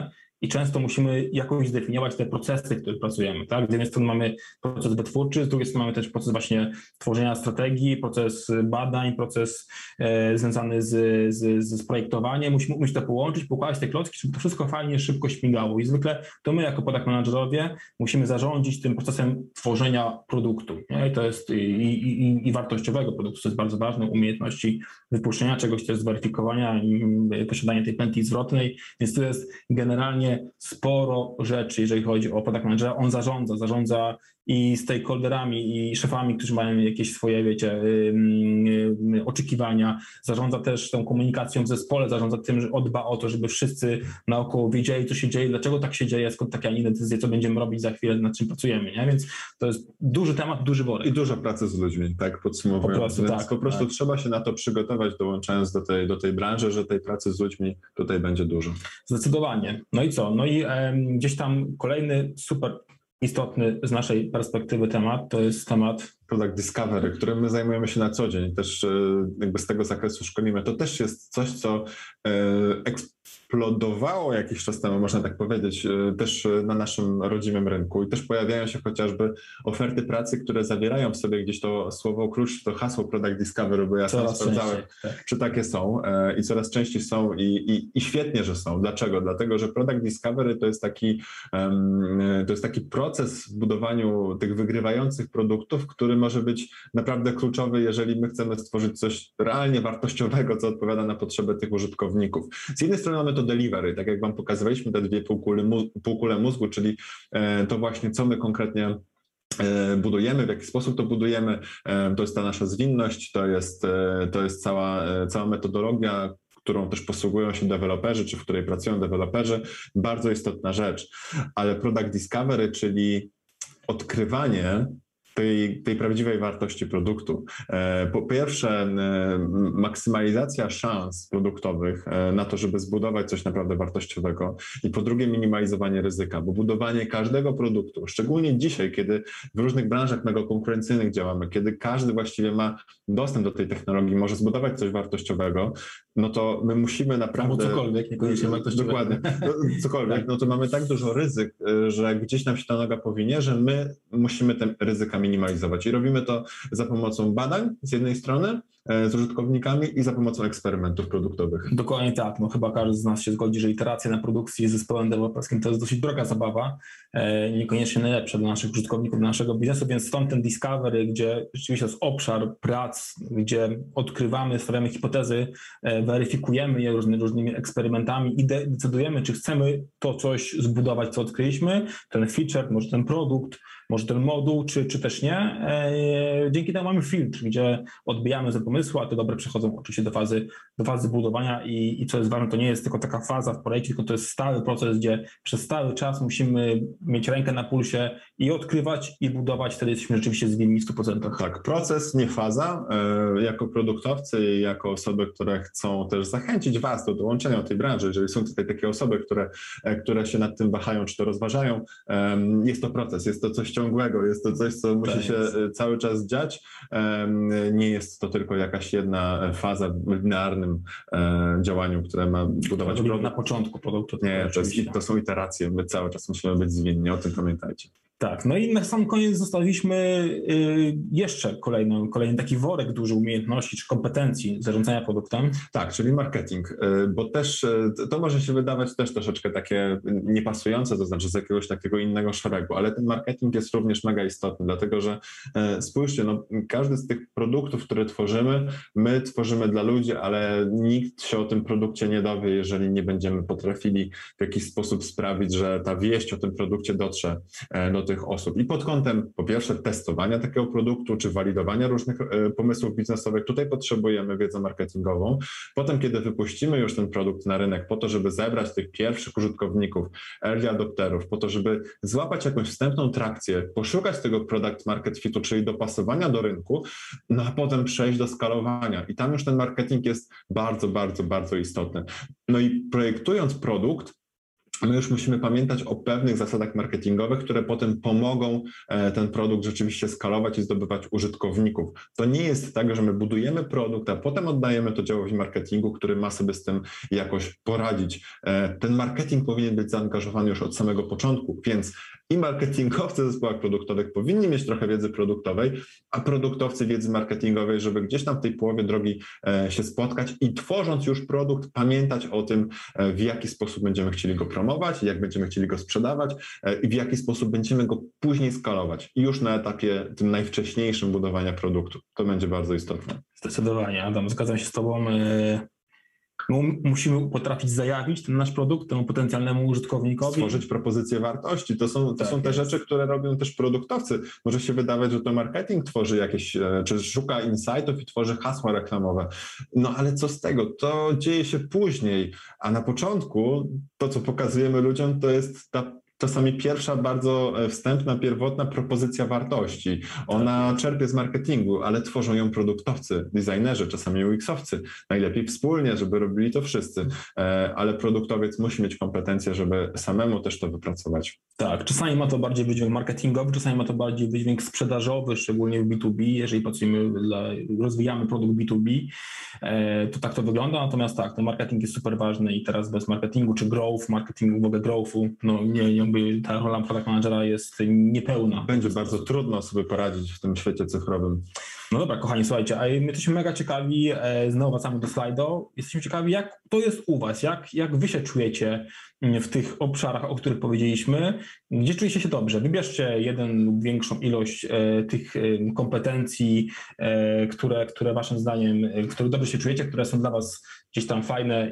i często musimy jakoś zdefiniować te procesy, w których pracujemy, tak? Z jednej strony mamy proces wytwórczy, z drugiej strony mamy też proces właśnie tworzenia strategii, proces badań, proces związany z projektowaniem. Musimy umieć to połączyć, pokładać te klocki, żeby to wszystko fajnie, szybko śmigało i zwykle to my jako product managerowie musimy zarządzić tym procesem tworzenia produktu, nie? I to jest i wartościowego produktu, to jest bardzo ważne, umiejętności wypuszczenia czegoś, też zweryfikowania i posiadania tej pętli zwrotnej, więc to jest generalnie sporo rzeczy, jeżeli chodzi o product managera. On zarządza i stakeholderami, i szefami, którzy mają jakieś swoje, wiecie, oczekiwania, zarządza też tą komunikacją w zespole, zarządza tym, że dba o to, żeby wszyscy naokoło wiedzieli, co się dzieje, dlaczego tak się dzieje, skąd takie, a inne decyzje, co będziemy robić za chwilę, nad czym pracujemy, nie? Więc to jest duży temat, duży worek. I dużo pracy z ludźmi, tak podsumowując. Po prostu trzeba się na to przygotować, dołączając do tej branży, że tej pracy z ludźmi tutaj będzie dużo. Zdecydowanie. No i co? No i gdzieś tam kolejny super istotny z naszej perspektywy temat, to jest temat Product Discovery, którym my zajmujemy się na co dzień, też jakby z tego zakresu szkolimy. To też jest coś, co eksplodowało jakiś czas temu, można tak powiedzieć, też na naszym rodzimym rynku i też pojawiają się chociażby oferty pracy, które zawierają w sobie gdzieś to słowo klucz, to hasło Product Discovery, bo ja sam sprawdzałem, czy takie są i coraz częściej są i świetnie, że są. Dlaczego? Dlatego, że Product Discovery to jest taki proces w budowaniu tych wygrywających produktów, który może być naprawdę kluczowy, jeżeli my chcemy stworzyć coś realnie wartościowego, co odpowiada na potrzeby tych użytkowników. Z jednej strony mamy to delivery, tak jak wam pokazywaliśmy te dwie półkule mózgu, czyli to właśnie, co my konkretnie budujemy, w jaki sposób to budujemy, to jest ta nasza zwinność, to jest cała metodologia, którą też posługują się deweloperzy, czy w której pracują deweloperzy, bardzo istotna rzecz. Ale Product Discovery, czyli odkrywanie tej prawdziwej wartości produktu. Po pierwsze, maksymalizacja szans produktowych na to, żeby zbudować coś naprawdę wartościowego i po drugie minimalizowanie ryzyka, bo budowanie każdego produktu, szczególnie dzisiaj, kiedy w różnych branżach mega konkurencyjnych działamy, kiedy każdy właściwie ma dostęp do tej technologii, może zbudować coś wartościowego, no to my musimy naprawdę... Albo cokolwiek, niekoniecznie wartościowego. Dokładnie, cokolwiek, no to mamy tak dużo ryzyk, że gdzieś nam się ta noga powinie, że my musimy te ryzyka minimalizować i robimy to za pomocą badań z jednej strony z użytkownikami i za pomocą eksperymentów produktowych. Dokładnie tak, no chyba każdy z nas się zgodzi, że iteracja na produkcji z zespołem deweloperskim to jest dosyć droga zabawa, niekoniecznie najlepsza dla naszych użytkowników, dla naszego biznesu, więc stąd ten Discovery, gdzie rzeczywiście jest obszar prac, gdzie odkrywamy, stawiamy hipotezy, weryfikujemy je różnymi eksperymentami i decydujemy, czy chcemy to coś zbudować, co odkryliśmy, ten feature, może ten produkt, może ten moduł, czy też nie. Dzięki temu mamy filtr, gdzie odbijamy z pomysłu, a te dobre przechodzą oczywiście do fazy budowania i co jest ważne, to nie jest tylko taka faza w projekcie, tylko to jest stały proces, gdzie przez stały czas musimy mieć rękę na pulsie i odkrywać i budować, wtedy jesteśmy rzeczywiście zwinni w 100%. Tak, proces, nie faza. Jako produktowcy i jako osoby, które chcą też zachęcić was do dołączenia do tej branży, jeżeli są tutaj takie osoby, które się nad tym wahają, czy to rozważają, jest to proces, jest to coś ciągłego, jest to coś, co musi się cały czas dziać. Nie jest to tylko jakaś jedna faza w linearnym działaniu, które ma budować produkt. Na początku produktu. Nie, to są iteracje, my cały czas musimy być zwinni, o tym pamiętajcie. Tak, no i na sam koniec zostawiliśmy jeszcze kolejny taki worek duży umiejętności czy kompetencji zarządzania produktem. Tak, czyli marketing, bo też to może się wydawać też troszeczkę takie niepasujące, to znaczy z jakiegoś takiego innego szeregu, ale ten marketing jest również mega istotny, dlatego że spójrzcie, no, każdy z tych produktów, które tworzymy, my tworzymy dla ludzi, ale nikt się o tym produkcie nie dowie, jeżeli nie będziemy potrafili w jakiś sposób sprawić, że ta wieść o tym produkcie dotrze do tych osób. I pod kątem, po pierwsze, testowania takiego produktu, czy walidowania różnych pomysłów biznesowych, tutaj potrzebujemy wiedzę marketingową. Potem, kiedy wypuścimy już ten produkt na rynek, po to, żeby zebrać tych pierwszych użytkowników, early adopterów, po to, żeby złapać jakąś wstępną trakcję, poszukać tego product market fitu, czyli dopasowania do rynku, no a potem przejść do skalowania. I tam już ten marketing jest bardzo, bardzo, bardzo istotny. No i projektując produkt, my już musimy pamiętać o pewnych zasadach marketingowych, które potem pomogą ten produkt rzeczywiście skalować i zdobywać użytkowników. To nie jest tak, że my budujemy produkt, a potem oddajemy to działowi marketingu, który ma sobie z tym jakoś poradzić. Ten marketing powinien być zaangażowany już od samego początku, więc i marketingowcy w zespołach produktowych powinni mieć trochę wiedzy produktowej, a produktowcy wiedzy marketingowej, żeby gdzieś tam w tej połowie drogi się spotkać i tworząc już produkt, pamiętać o tym, w jaki sposób będziemy chcieli go promować, jak będziemy chcieli go sprzedawać i w jaki sposób będziemy go później skalować. I już na etapie tym najwcześniejszym budowania produktu. To będzie bardzo istotne. Zdecydowanie, Adam, zgadzam się z Tobą. Musimy potrafić zajawić ten nasz produkt temu potencjalnemu użytkownikowi. Stworzyć propozycję wartości. To są te rzeczy, które robią też produktowcy. Może się wydawać, że to marketing tworzy jakieś, czy szuka insightów i tworzy hasła reklamowe. No ale co z tego? To dzieje się później, a na początku to, co pokazujemy ludziom, to jest ta czasami pierwsza, bardzo wstępna, pierwotna propozycja wartości. Ona czerpie z marketingu, ale tworzą ją produktowcy, designerzy, czasami UX-owcy. Najlepiej wspólnie, żeby robili to wszyscy, ale produktowiec musi mieć kompetencje, żeby samemu też to wypracować. Tak, czasami ma to bardziej wydźwięk marketingowy, czasami ma to bardziej wydźwięk sprzedażowy, szczególnie w B2B. Jeżeli pracujemy, rozwijamy produkt B2B, to tak to wygląda, natomiast tak, ten marketing jest super ważny i teraz bez marketingu czy growth, marketingu w ogóle growthu, no ta rola product managera jest niepełna. Będzie bardzo trudno sobie poradzić w tym świecie cyfrowym. No dobra, kochani, słuchajcie, a my jesteśmy mega ciekawi, znowu wracamy do slajdu, jesteśmy ciekawi, jak to jest u Was, jak Wy się czujecie w tych obszarach, o których powiedzieliśmy, gdzie czujecie się dobrze. Wybierzcie jeden lub większą ilość tych kompetencji, które Waszym zdaniem, które dobrze się czujecie, które są dla Was gdzieś tam fajne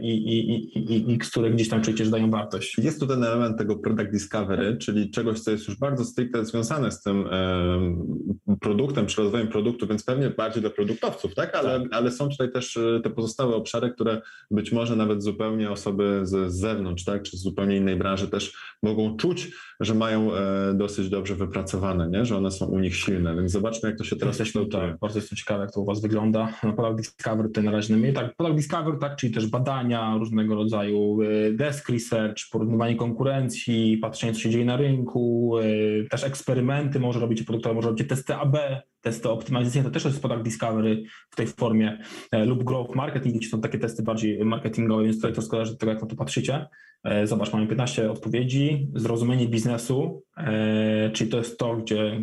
i które gdzieś tam czujecie, że dają wartość. Jest tu ten element tego product discovery, czyli czegoś, co jest już bardzo stricte związane z tym produktem, czy rozwojem produktu, więc pewnie bardziej dla produktowców, tak? Ale są tutaj też te pozostałe obszary, które być może nawet zupełnie osoby z zewnątrz, tak? Czy z zupełnie innej branży też mogą czuć, że mają dosyć dobrze wypracowane, nie? Że one są u nich silne, więc zobaczmy, jak to się teraz kształtuje. Bardzo jestem ciekawy, jak to u Was wygląda. No, product discovery tutaj na razie nie. Tak, product discovery, tak, czyli też badania różnego rodzaju, desk research, porównywanie konkurencji, patrzenie, co się dzieje na rynku, też eksperymenty może robić produktowe, może robić testy AB, testy optymalizacyjne, to też jest product discovery w tej formie lub growth marketing, gdzie są takie testy bardziej marketingowe, więc tutaj to składa do tego, jak na to patrzycie. Zobacz, mamy 15 odpowiedzi, zrozumienie biznesu, czyli to jest to, gdzie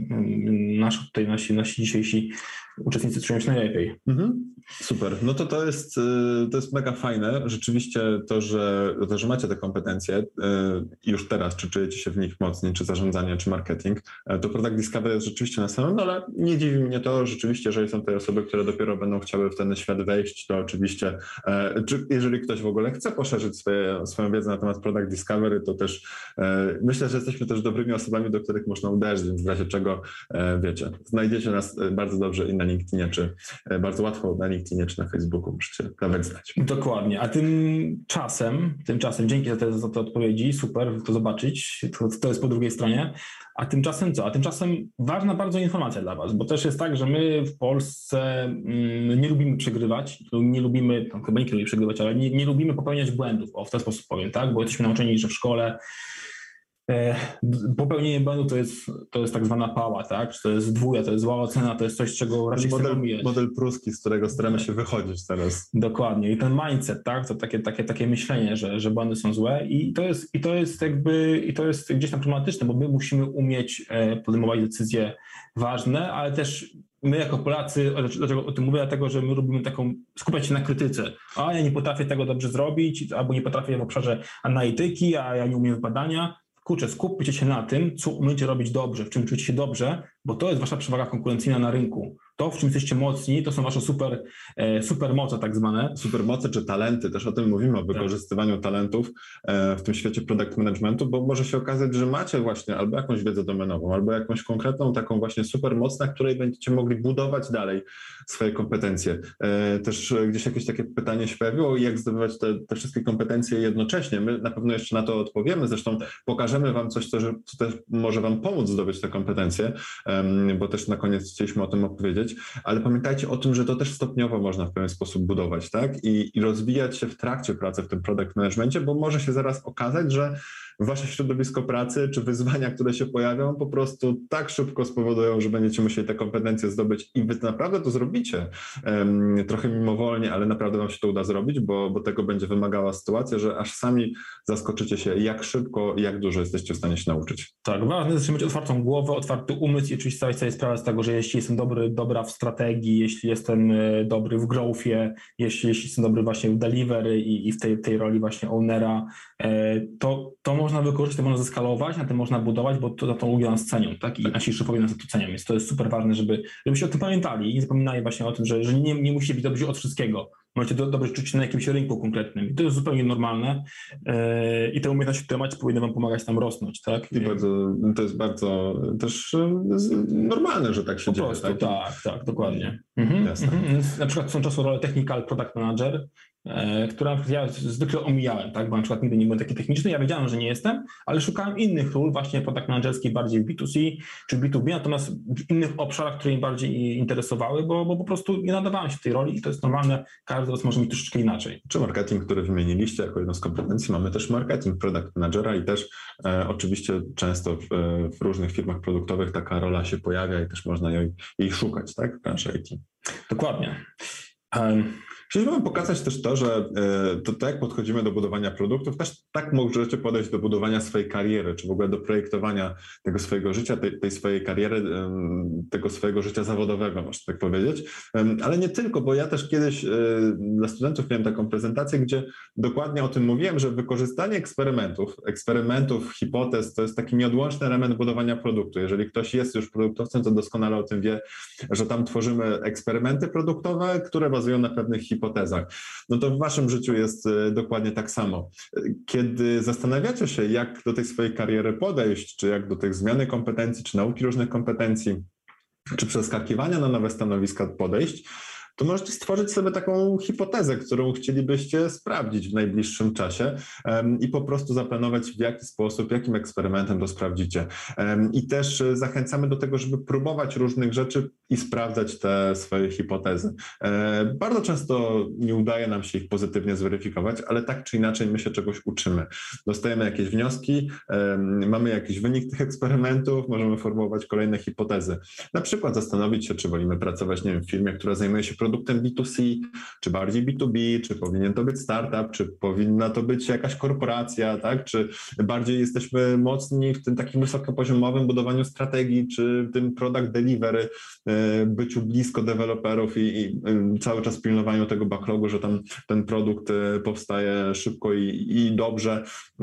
nasi dzisiejsi uczestnicy czują się najlepiej. Super. No to jest mega fajne. Rzeczywiście to, że macie te kompetencje już teraz, czy czujecie się w nich mocniej, czy zarządzanie, czy marketing, to product discovery jest rzeczywiście na samym dole. Nie dziwi mnie to, rzeczywiście, jeżeli są te osoby, które dopiero będą chciały w ten świat wejść, to oczywiście, jeżeli ktoś w ogóle chce poszerzyć swoją wiedzę na temat product discovery, to też myślę, że jesteśmy też dobrymi osobami, do których można uderzyć, więc w razie czego, wiecie, znajdziecie nas bardzo dobrze i na LinkedInie, czy bardzo łatwo na LinkedInie, czy na Facebooku, możecie nawet znać. Dokładnie, a tymczasem, dzięki za te odpowiedzi, super to zobaczyć, to jest po drugiej stronie, a tymczasem co? A tymczasem ważna bardzo informacja dla Was, bo też jest tak, że my w Polsce nie lubimy przegrywać, nie lubimy, chyba nikt nie lubi przegrywać, ale nie lubimy popełniać błędów, w ten sposób powiem, tak, bo jesteśmy nauczeni, że w szkole popełnienie błędu to jest tak zwana pała, tak? Czy to jest dwója, to jest zła ocena, to jest coś, czego raczej chcemy omijać. Model pruski, z którego staramy się wychodzić teraz. Dokładnie. I ten mindset, tak? To takie myślenie, że błędy są złe i to jest gdzieś tam problematyczne, bo my musimy umieć podejmować decyzje ważne, ale też my jako Polacy, dlaczego o tym mówię? Dlatego, że my lubimy skupiać się na krytyce. A ja nie potrafię tego dobrze zrobić, albo nie potrafię w obszarze analityki, a ja nie umiem badania. Kurczę, skupcie się na tym, co umiecie robić dobrze, w czym czujecie się dobrze, bo to jest wasza przewaga konkurencyjna na rynku. To, w czym jesteście mocni, to są wasze supermoce tak zwane. Supermoce czy talenty, też o tym mówimy, o wykorzystywaniu talentów w tym świecie product managementu, bo może się okazać, że macie właśnie albo jakąś wiedzę domenową, albo jakąś konkretną taką właśnie supermoc, na której będziecie mogli budować dalej swoje kompetencje. Też gdzieś jakieś takie pytanie się pojawiło, jak zdobywać te wszystkie kompetencje jednocześnie. My na pewno jeszcze na to odpowiemy, zresztą pokażemy wam coś, co też może wam pomóc zdobyć te kompetencje, bo też na koniec chcieliśmy o tym opowiedzieć, ale pamiętajcie o tym, że to też stopniowo można w pewien sposób budować, tak? I rozwijać się w trakcie pracy w tym product managemencie, bo może się zaraz okazać, że wasze środowisko pracy, czy wyzwania, które się pojawią, po prostu tak szybko spowodują, że będziecie musieli te kompetencje zdobyć i wy naprawdę to zrobicie. Trochę mimowolnie, ale naprawdę wam się to uda zrobić, bo tego będzie wymagała sytuacja, że aż sami zaskoczycie się, jak szybko i jak dużo jesteście w stanie się nauczyć. Tak, ważne jest mieć otwartą głowę, otwarty umysł i oczywiście zdawać sobie sprawę z tego, że jeśli jestem dobra w strategii, jeśli jestem dobry w growthie, jeśli jestem dobry właśnie w delivery i w tej roli właśnie ownera, to można wykorzystać, to można zeskalować, na tym można budować, bo to ludzie nas cenią, tak? I nasi szefowie nas to cenią, więc to jest super ważne, żebyście o tym pamiętali i nie zapominali właśnie o tym, że nie musicie być dobrzy od wszystkiego. Możecie dobrze czuć się na jakimś rynku konkretnym. I to jest zupełnie normalne i te umiejętności, które macie, powinny wam pomagać tam rosnąć, tak? I to jest bardzo też normalne, że tak się dzieje. Po prostu, tak, dokładnie. Jasne. Na przykład są czasem rolę technical product manager, która ja zwykle omijałem, tak? Bo na przykład nigdy nie byłem taki techniczny, ja wiedziałem, że nie jestem, ale szukałem innych ról, właśnie product managerskich bardziej w B2C czy B2B, natomiast w innych obszarach, które mnie bardziej interesowały, bo po prostu nie nadawałem się w tej roli i to jest normalne, każdy z nas może mieć troszeczkę inaczej. Czy marketing, który wymieniliście jako jedną z kompetencji, mamy też marketing product managera i też oczywiście często w różnych firmach produktowych taka rola się pojawia i też można jej szukać, tak, w branży IT. Dokładnie. Chcieliśmy pokazać też to, że to jak podchodzimy do budowania produktów, też tak możecie podejść do budowania swojej kariery, czy w ogóle do projektowania tego swojego życia, tej swojej kariery, tego swojego życia zawodowego, można tak powiedzieć. Ale nie tylko, bo ja też kiedyś dla studentów miałem taką prezentację, gdzie dokładnie o tym mówiłem, że wykorzystanie eksperymentów, hipotez, to jest taki nieodłączny element budowania produktu. Jeżeli ktoś jest już produktowcem, to doskonale o tym wie, że tam tworzymy eksperymenty produktowe, które bazują na pewnych hipotezach. No to w waszym życiu jest dokładnie tak samo. Kiedy zastanawiacie się, jak do tej swojej kariery podejść, czy jak do tych zmiany kompetencji, czy nauki różnych kompetencji, czy przeskakiwania na nowe stanowiska podejść, to możecie stworzyć sobie taką hipotezę, którą chcielibyście sprawdzić w najbliższym czasie i po prostu zaplanować, w jaki sposób, jakim eksperymentem to sprawdzicie. I też zachęcamy do tego, żeby próbować różnych rzeczy i sprawdzać te swoje hipotezy. Bardzo często nie udaje nam się ich pozytywnie zweryfikować, ale tak czy inaczej my się czegoś uczymy. Dostajemy jakieś wnioski, mamy jakiś wynik tych eksperymentów, możemy formułować kolejne hipotezy. Na przykład zastanowić się, czy wolimy pracować, nie wiem, w firmie, która zajmuje się produktem B2C, czy bardziej B2B, czy powinien to być startup, czy powinna to być jakaś korporacja, tak? Czy bardziej jesteśmy mocni w tym takim wysokopoziomowym budowaniu strategii, czy w tym product delivery, byciu blisko deweloperów i cały czas pilnowaniu tego backlogu, że tam ten produkt powstaje szybko i dobrze,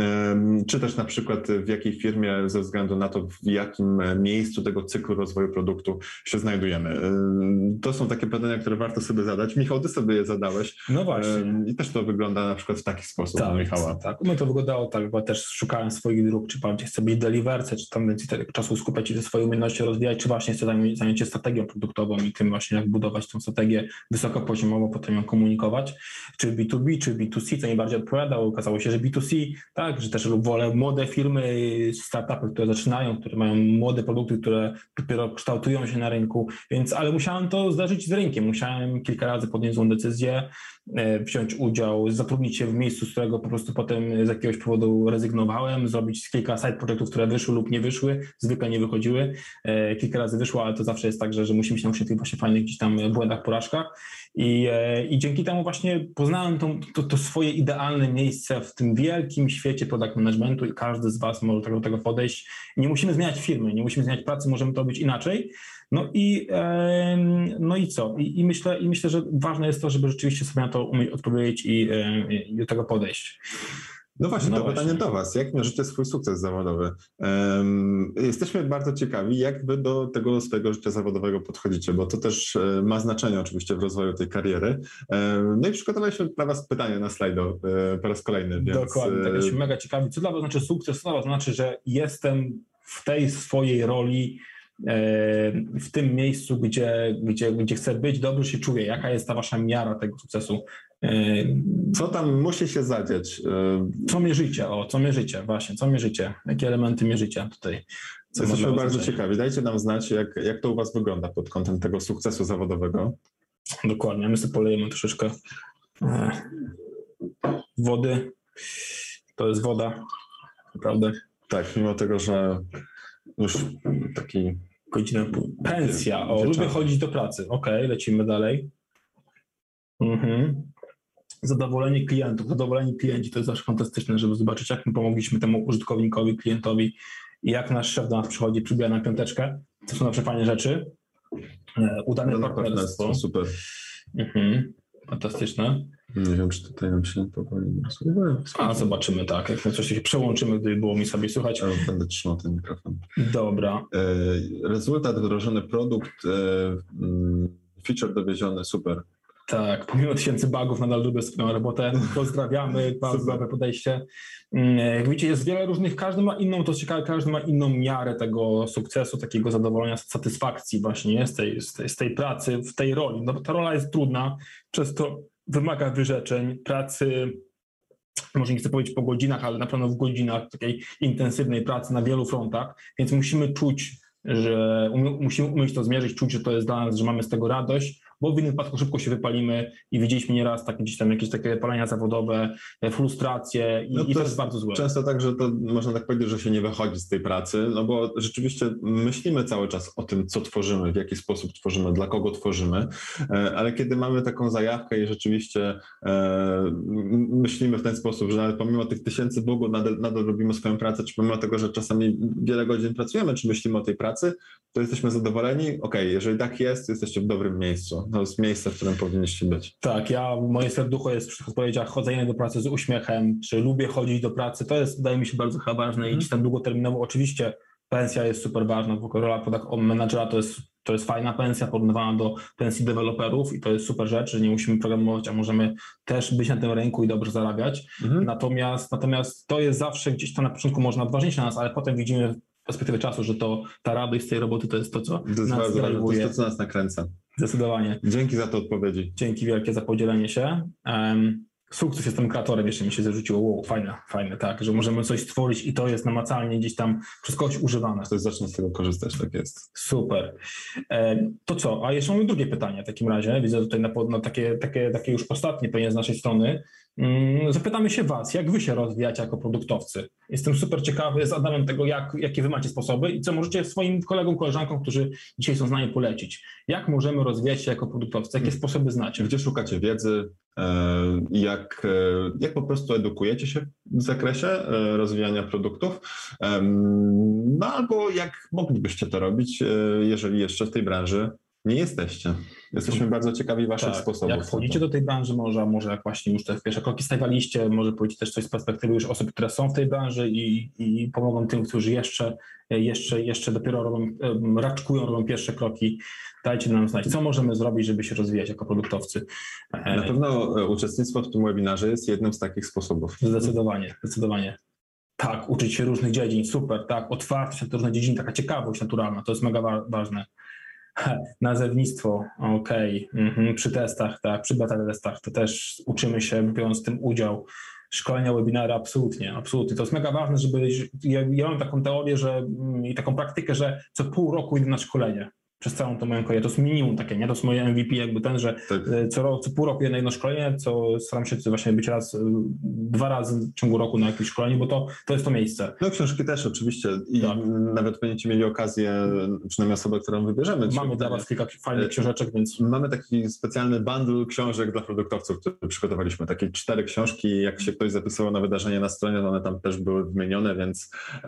czy też na przykład w jakiej firmie ze względu na to, w jakim miejscu tego cyklu rozwoju produktu się znajdujemy. To są takie pytania, które warto sobie zadać. Michał, ty sobie je zadałeś. No właśnie. I też to wygląda na przykład w taki sposób u Michała. Tak, u mnie to wyglądało tak, bo też szukałem swoich dróg, czy bardziej chcę być deliverce, czy tam więcej czasu skupiać i te swoje umiejętności rozwijać, czy właśnie chcę zająć się strategią produktową i tym właśnie jak budować tą strategię wysokopoziomowo, potem ją komunikować, czy B2B, czy B2C, co mi bardziej odpowiadało. Okazało się, że B2C, tak, że też wolę młode firmy, startupy, które zaczynają, które mają młode produkty, które dopiero kształtują się na rynku, więc, ale musiałem to zdarzyć z rynkiem, musiałem kilka razy podjąć złą decyzję, wziąć udział, zatrudnić się w miejscu, z którego po prostu potem z jakiegoś powodu rezygnowałem, zrobić kilka side projektów, które wyszły lub nie wyszły, zwykle nie wychodziły, kilka razy wyszło, ale to zawsze jest tak, że musimy się nauczyć tych właśnie fajnych gdzieś tam błędach, porażkach i dzięki temu właśnie poznałem to swoje idealne miejsce w tym wielkim świecie product managementu i każdy z was może do tego podejść. Nie musimy zmieniać firmy, nie musimy zmieniać pracy, możemy to robić inaczej. No i co? I myślę, że ważne jest to, żeby rzeczywiście sobie na to umieć odpowiedzieć i do tego podejść. No właśnie, pytanie do was. Jak mierzycie swój sukces zawodowy? Jesteśmy bardzo ciekawi, jak wy do tego swojego życia zawodowego podchodzicie, bo to też ma znaczenie oczywiście w rozwoju tej kariery. No i przygotowaliśmy dla was pytanie na slajdo po raz kolejny. Więc... Dokładnie, tak jesteśmy mega ciekawi. Co dla was znaczy sukces? Co dla was znaczy, że jestem w tej swojej roli, w tym miejscu, gdzie chcę być, dobrze się czuję. Jaka jest ta wasza miara tego sukcesu? Co tam musi się zadziać? Co mierzycie? Właśnie, co mierzycie? Jakie elementy mierzycie tutaj? Jesteśmy bardzo ciekawi. Dajcie nam znać, jak to u was wygląda pod kątem tego sukcesu zawodowego. Dokładnie. My sobie polejemy troszeczkę wody. To jest woda. naprawdę. Tak, mimo tego, że już taki... Godzinę pensja. O, lubię chodzić do pracy. Okej, lecimy dalej. Zadowoleni klientów. Zadowoleni klienci to jest zawsze fantastyczne, żeby zobaczyć, jak my pomogliśmy temu użytkownikowi, klientowi i jak nasz szef do nas przychodzi, przybija na piąteczkę. To są zawsze fajne rzeczy. Udane partnerstwo. Super. Fantastyczne. Nie wiem, czy tutaj nam się powoli nasuwa. A zobaczymy, tak. Jak coś się przełączymy, gdyby było mi sobie słychać. Ja będę trzymał ten mikrofon. Dobra. Rezultat, wdrożony produkt, feature dowieziony, super. Tak, pomimo 1000 bugów nadal lubię swoją robotę. Pozdrawiamy, bardzo dobre podejście. Jak widzicie, jest wiele różnych, każdy ma inną, to ciekawe, każdy ma inną miarę tego sukcesu, takiego zadowolenia, satysfakcji właśnie z tej pracy, w tej roli. No, ta rola jest trudna, często wymaga wyrzeczeń, pracy, może nie chcę powiedzieć po godzinach, ale na pewno w godzinach takiej intensywnej pracy na wielu frontach, więc musimy czuć, że musimy umieć to zmierzyć, czuć, że to jest dla nas, że mamy z tego radość, bo w innym wypadku szybko się wypalimy i widzieliśmy nieraz gdzieś tam jakieś takie wypalenia zawodowe, frustracje i to jest bardzo złe. Często tak, że to można tak powiedzieć, że się nie wychodzi z tej pracy, no bo rzeczywiście myślimy cały czas o tym, co tworzymy, w jaki sposób tworzymy, dla kogo tworzymy, ale kiedy mamy taką zajawkę i rzeczywiście myślimy w ten sposób, że nawet pomimo tych 1000 bugów nadal robimy swoją pracę, czy pomimo tego, że czasami wiele godzin pracujemy, czy myślimy o tej pracy, to jesteśmy zadowoleni. Okej, jeżeli tak jest, jesteście w dobrym miejscu. To jest miejsce, w którym powinniście być. Tak, moje serducho jest przy odpowiedziach chodzenie do pracy z uśmiechem, czy lubię chodzić do pracy, to jest, wydaje mi się, bardzo chyba ważne i tam długoterminowo. Oczywiście pensja jest super ważna, bo rola product managera to jest fajna pensja porównywana do pensji deweloperów i to jest super rzecz, że nie musimy programować, a możemy też być na tym rynku i dobrze zarabiać. Natomiast to jest zawsze gdzieś tam na początku może nadważniejsze na nas, ale potem widzimy z perspektywy czasu, że ta radość z tej roboty to jest to, co nas drajwuje. To jest to, co nas nakręca. Zdecydowanie. Dzięki za te odpowiedzi. Dzięki wielkie za podzielenie się. Sukces, jestem kreatorem, jeszcze mi się zarzuciło. Wow, fajne, tak, że możemy coś stworzyć i to jest namacalnie gdzieś tam przez kogoś używane. Ktoś zacznie z tego korzystać, tak jest. Super. To co? A jeszcze mamy drugie pytanie w takim razie. Widzę tutaj takie już ostatnie pewnie z naszej strony. Zapytamy się was, jak wy się rozwijacie jako produktowcy. Jestem super ciekawy, zadałem tego, jakie wy macie sposoby i co możecie swoim kolegom, koleżankom, którzy dzisiaj są z nami, polecić. Jak możemy rozwijać się jako produktowcy? Jakie sposoby znacie? Gdzie szukacie wiedzy? Jak po prostu edukujecie się w zakresie rozwijania produktów? No albo jak moglibyście to robić, jeżeli jeszcze w tej branży nie jesteście. Jesteśmy bardzo ciekawi waszych sposobów. Jak wchodzicie do tej branży, może jak właśnie już te pierwsze kroki stawialiście, może powiedzieć też coś z perspektywy już osób, które są w tej branży i pomogą tym, którzy jeszcze dopiero raczkują pierwsze kroki. Dajcie nam znać, co możemy zrobić, żeby się rozwijać jako produktowcy. Na pewno uczestnictwo w tym webinarze jest jednym z takich sposobów. Zdecydowanie. Tak, uczyć się różnych dziedzin, super, tak, otwartość na te różne dziedziny, taka ciekawość naturalna, to jest mega ważne. Nazewnictwo, przy testach, tak, przy beta testach to też uczymy się, biorąc w tym udział. Szkolenia, webinary, absolutnie. To jest mega ważne, żeby, ja mam taką teorię, i taką praktykę, że co pół roku idę na szkolenie. Przez całą tą moją karierę. To jest minimum takie, nie? To jest moje MVP jakby ten, że tak. co pół roku jedno szkolenie, co staram się właśnie być dwa razy w ciągu roku na jakimś szkoleniu, bo to jest to miejsce. No książki też oczywiście i tak. Nawet będziecie mieli okazję, przynajmniej osobę, którą wybierzemy. Mamy dla was kilka fajnych książeczek, więc... Mamy taki specjalny bundle książek dla produktowców, który przygotowaliśmy. Takie 4 książki, jak się ktoś zapisywał na wydarzenie na stronie, to one tam też były wymienione, więc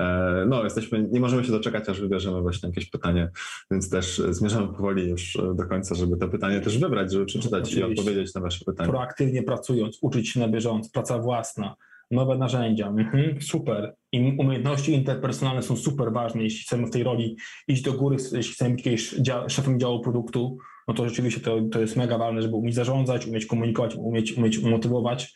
nie możemy się doczekać, aż wybierzemy właśnie jakieś pytanie, więc też zmierzamy powoli już do końca, żeby to pytanie też wybrać, żeby przeczytać i odpowiedzieć na wasze pytania. Proaktywnie pracując, uczyć się na bieżąco, praca własna, nowe narzędzia, super. I umiejętności interpersonalne są super ważne, jeśli chcemy w tej roli iść do góry, jeśli chcemy być kiedyś szefem działu produktu, no to rzeczywiście to jest mega ważne, żeby umieć zarządzać, umieć komunikować, umieć motywować.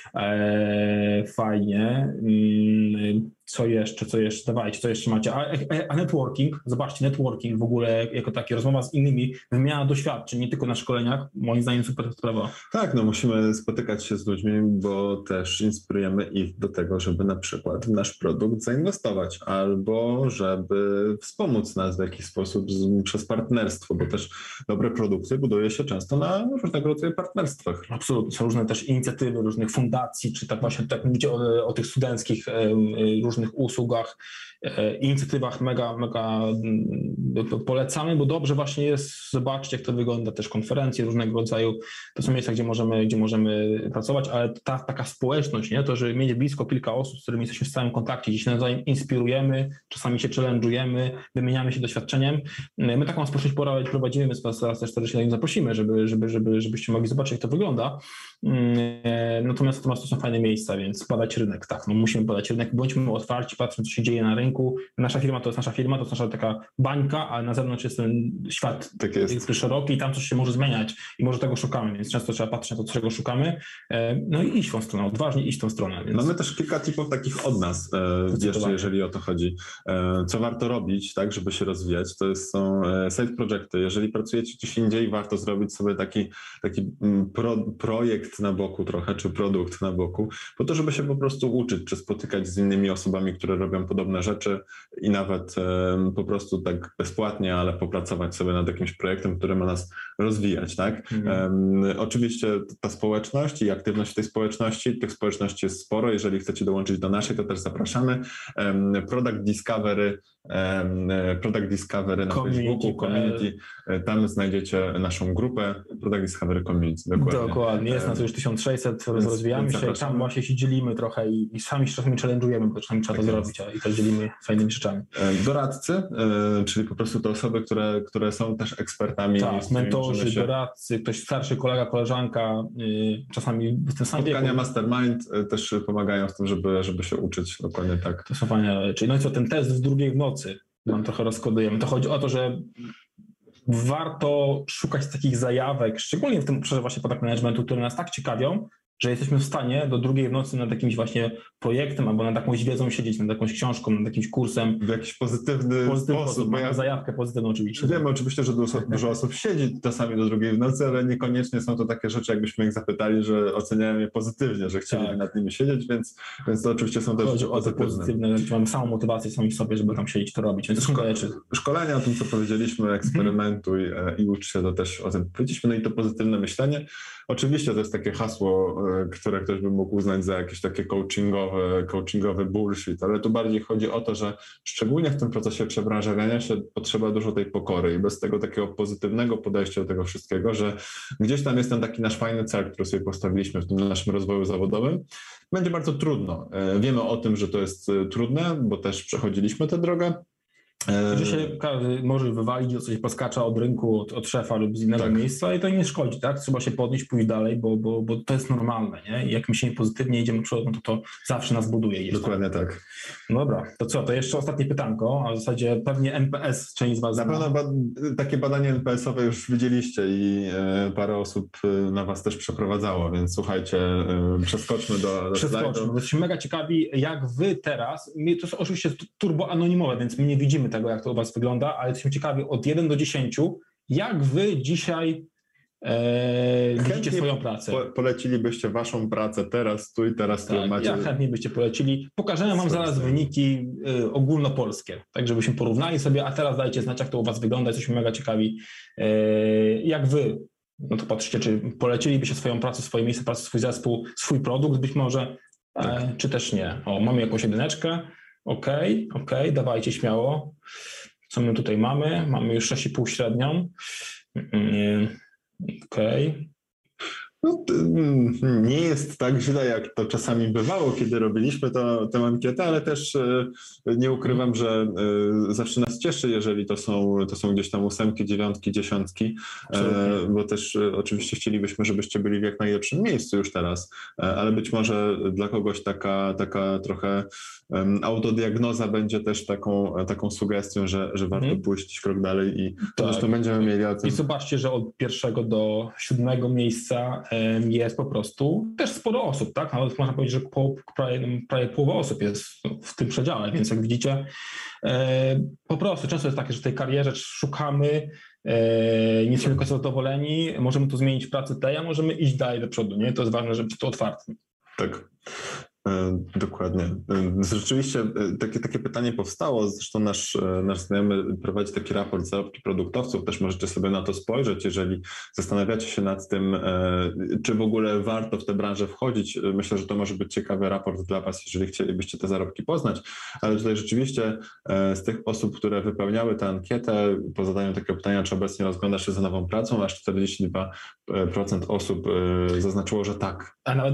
Fajnie. Co jeszcze? Dawajcie, co jeszcze macie? A networking, zobaczcie, networking w ogóle jako takie, rozmowa z innymi, wymiana doświadczeń, nie tylko na szkoleniach, moim zdaniem super sprawa. Tak, musimy spotykać się z ludźmi, bo też inspirujemy ich do tego, żeby na przykład w nasz produkt zainwestować albo żeby wspomóc nas w jakiś sposób przez partnerstwo, bo też dobre produkty buduje się często na różnego rodzaju partnerstwach. Absolutnie. Są różne też inicjatywy różnych fundacji, czy tak właśnie tak mówicie o tych studenckich różnych usługach, inicjatywach mega polecamy, bo dobrze właśnie jest zobaczyć, jak to wygląda, też konferencje różnego rodzaju. To są miejsca, gdzie możemy pracować, ale ta taka społeczność, nie? To, że mieć blisko kilka osób, z którymi jesteśmy w stałym kontakcie, gdzieś się nawzajem inspirujemy, czasami się challenge'ujemy, wymieniamy się doświadczeniem. My taką społeczność prowadzimy, więc was też serdecznie zaprosimy, żebyście mogli zobaczyć, jak to wygląda. Natomiast to są fajne miejsca, więc badać rynek, tak, no musimy badać rynek, bądźmy otwarci, patrzmy, co się dzieje na rynku. Nasza firma to jest nasza taka bańka, ale na zewnątrz jest ten świat tak jest szeroki i tam coś się może zmieniać i może tego szukamy, więc często trzeba patrzeć na to, czego szukamy, no i iść w tą stronę, odważnie iść w tą stronę. Więc... Mamy też kilka tipów takich od nas, jeszcze jeżeli o to chodzi. Co warto robić, tak, żeby się rozwijać, są side projecty. Jeżeli pracujecie gdzieś indziej, warto zrobić sobie taki projekt na boku trochę, czy produkt na boku, po to, żeby się po prostu uczyć, czy spotykać z innymi osobami, które robią podobne rzeczy i nawet po prostu tak bezpłatnie, ale popracować sobie nad jakimś projektem, który ma nas rozwijać, tak? Oczywiście ta społeczność i aktywność w tej społeczności, tych społeczności jest sporo, jeżeli chcecie dołączyć do naszej, to też zapraszamy. Product Discovery na Facebooku, Community, tam znajdziecie naszą grupę Product Discovery Community, Dokładnie, jest nas już 1600, rozwijamy się i tam właśnie się dzielimy trochę i sami się czasami challenge'ujemy, bo czasami trzeba to zrobić i też dzielimy fajnymi rzeczami. Doradcy, czyli po prostu te osoby, które są też ekspertami. Tak, mentorzy, doradcy, ktoś starszy, kolega, koleżanka, czasami w tym samym spotkania mastermind też pomagają w tym, żeby się uczyć, dokładnie tak. To są fajne rzeczy. No i co, ten test w drugiej w nocy, nam trochę rozkodujemy. To chodzi o to, że warto szukać takich zajawek, szczególnie w tym obszarze właśnie product managementu, które nas tak ciekawią, że jesteśmy w stanie do drugiej w nocy nad jakimś właśnie projektem albo nad jakąś wiedzą siedzieć, nad jakąś książką, nad jakimś kursem. W jakiś pozytywny sposób. Mamy zajawkę pozytywną oczywiście. Wiemy oczywiście, że dużo osób siedzi czasami do drugiej w nocy, ale niekoniecznie są to takie rzeczy, jakbyśmy ich zapytali, że oceniają je pozytywnie, że chcieliby nad nimi siedzieć, więc to oczywiście są też chodzi o to pozytywne, że mamy samą motywację sami sobie, żeby tam siedzieć, to robić. Więc szkolenia o tym, co powiedzieliśmy, eksperymentuj i ucz się, to też o tym powiedzieliśmy. No i to pozytywne myślenie. Oczywiście to jest takie hasło, które ktoś by mógł uznać za jakieś takie coachingowe bullshit, ale tu bardziej chodzi o to, że szczególnie w tym procesie przebranżawiania się potrzeba dużo tej pokory i bez tego takiego pozytywnego podejścia do tego wszystkiego, że gdzieś tam jest ten taki nasz fajny cel, który sobie postawiliśmy w tym naszym rozwoju zawodowym, będzie bardzo trudno. Wiemy o tym, że to jest trudne, bo też przechodziliśmy tę drogę. Że się każdy może wywalić, coś poskacza od rynku, od szefa lub z innego miejsca i to nie szkodzi, tak? Trzeba się podnieść, pójść dalej, bo to jest normalne, nie? I jak my się pozytywnie idziemy przód, no to zawsze nas buduje. Dokładnie tak. Dobra, to co? To jeszcze ostatnie pytanko, a w zasadzie pewnie NPS część z was zna. Na pewno takie badanie NPS-owe już widzieliście i parę osób na was też przeprowadzało, więc słuchajcie, przeskoczmy do slajdu. Jesteśmy mega ciekawi, jak wy teraz, to jest oczywiście turbo anonimowe, więc my nie widzimy tego, jak to u was wygląda, ale jesteśmy ciekawi od 1 do 10, jak wy dzisiaj widzicie swoją pracę. Polecilibyście waszą pracę teraz, tu i teraz, tak, macie. Ja chętnie byście polecili. Pokażemy wam zaraz wyniki ogólnopolskie, tak żebyśmy porównali sobie, a teraz dajcie znać, jak to u was wygląda, jesteśmy mega ciekawi, jak wy, no to patrzcie, czy polecilibyście swoją pracę, swoje miejsce pracy, swój zespół, swój produkt być może, czy też nie. O, mamy jakąś jedyneczkę. Okej, dawajcie śmiało. Co my tutaj mamy? Mamy już 6,5 średnią. No, nie jest tak źle, jak to czasami bywało, kiedy robiliśmy tę ankietę, ale też nie ukrywam, że zawsze nas cieszy, jeżeli to są gdzieś tam 8, 9, 10, bo też oczywiście chcielibyśmy, żebyście byli w jak najlepszym miejscu już teraz, ale być może dla kogoś taka trochę autodiagnoza będzie też taką sugestią, że warto pójść krok dalej i zresztą będziemy mieli o tym. I zobaczcie, że od 1 do 7 miejsca jest po prostu też sporo osób, tak? Nawet można powiedzieć, że prawie połowa osób jest w tym przedziale, więc jak widzicie, po prostu często jest takie, że w tej karierze szukamy, nie jesteśmy do końca zadowoleni, możemy to zmienić w pracy tej, a możemy iść dalej do przodu, nie? To jest ważne, żeby być to otwartym. Tak. Dokładnie. Rzeczywiście takie pytanie powstało, zresztą nasz znajomy prowadzi taki raport zarobki produktowców, też możecie sobie na to spojrzeć, jeżeli zastanawiacie się nad tym, czy w ogóle warto w tę branżę wchodzić. Myślę, że to może być ciekawy raport dla Was, jeżeli chcielibyście te zarobki poznać, ale tutaj rzeczywiście z tych osób, które wypełniały tę ankietę, po zadaniu takiego pytania, czy obecnie rozglądasz się za nową pracą, aż 42% osób zaznaczyło, że tak. A nawet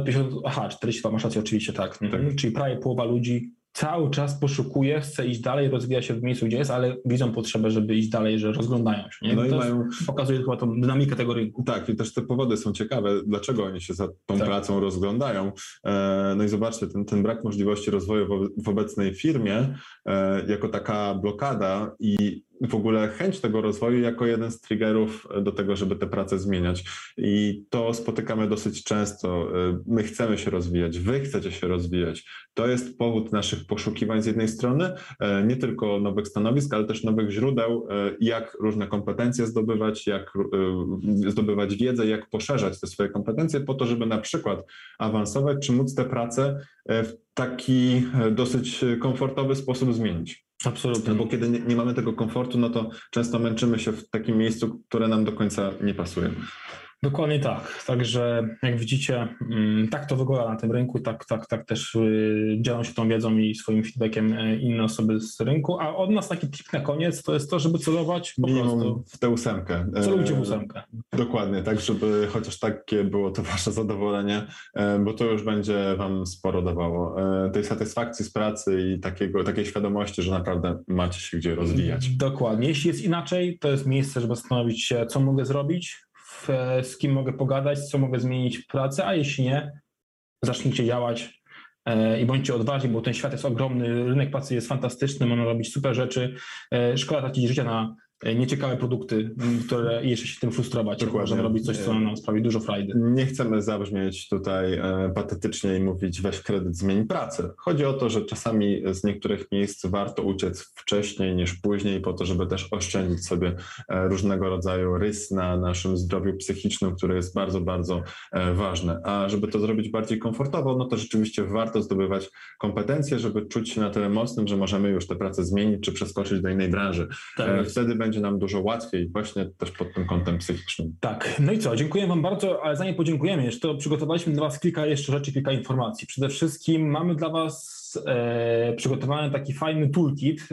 42, masz rację, oczywiście tak. Czyli prawie połowa ludzi cały czas poszukuje, chce iść dalej, rozwija się w miejscu, gdzie jest, ale widzą potrzebę, żeby iść dalej, że rozglądają się. Nie? No i pokazuje chyba tą dynamikę tego rynku. Tak, i też te powody są ciekawe, dlaczego oni się za tą pracą rozglądają. No i zobaczcie, ten brak możliwości rozwoju w obecnej firmie jako taka blokada i w ogóle chęć tego rozwoju jako jeden z triggerów do tego, żeby tę pracę zmieniać. I to spotykamy dosyć często. My chcemy się rozwijać, wy chcecie się rozwijać. To jest powód naszych poszukiwań z jednej strony, nie tylko nowych stanowisk, ale też nowych źródeł, jak różne kompetencje zdobywać, jak zdobywać wiedzę, jak poszerzać te swoje kompetencje po to, żeby na przykład awansować, czy móc tę pracę w taki dosyć komfortowy sposób zmienić. Absolutnie. Bo kiedy nie mamy tego komfortu, no to często męczymy się w takim miejscu, które nam do końca nie pasuje. Dokładnie tak. Także jak widzicie, tak to wygląda na tym rynku i tak też dzielą się tą wiedzą i swoim feedbackiem inne osoby z rynku. A od nas taki tip na koniec to jest to, żeby celować po prostu w tę 8. Celujcie w 8. Dokładnie, tak, żeby chociaż takie było to wasze zadowolenie, bo to już będzie wam sporo dawało. Tej satysfakcji z pracy i takiej świadomości, że naprawdę macie się gdzie rozwijać. Dokładnie. Jeśli jest inaczej, to jest miejsce, żeby zastanowić się, co mogę zrobić, z kim mogę pogadać, co mogę zmienić w pracy, a jeśli nie, zacznijcie działać i bądźcie odważni, bo ten świat jest ogromny, rynek pracy jest fantastyczny, można robić super rzeczy. Szkoda tracić życia na nieciekawe produkty, które jeszcze się tym frustrować. Dokładnie. Możemy robić coś, co nam sprawi dużo frajdy. Nie chcemy zabrzmieć tutaj patetycznie i mówić weź kredyt, zmień pracę. Chodzi o to, że czasami z niektórych miejsc warto uciec wcześniej niż później po to, żeby też oszczędzić sobie różnego rodzaju rys na naszym zdrowiu psychicznym, które jest bardzo, bardzo ważne. A żeby to zrobić bardziej komfortowo, no to rzeczywiście warto zdobywać kompetencje, żeby czuć się na tyle mocnym, że możemy już tę pracę zmienić czy przeskoczyć do innej branży. Tak. Wtedy będzie nam dużo łatwiej właśnie też pod tym kątem psychicznym. Tak, no i co, dziękuję Wam bardzo, ale zanim podziękujemy jeszcze, to przygotowaliśmy dla Was kilka jeszcze rzeczy, kilka informacji. Przede wszystkim mamy dla Was przygotowany taki fajny toolkit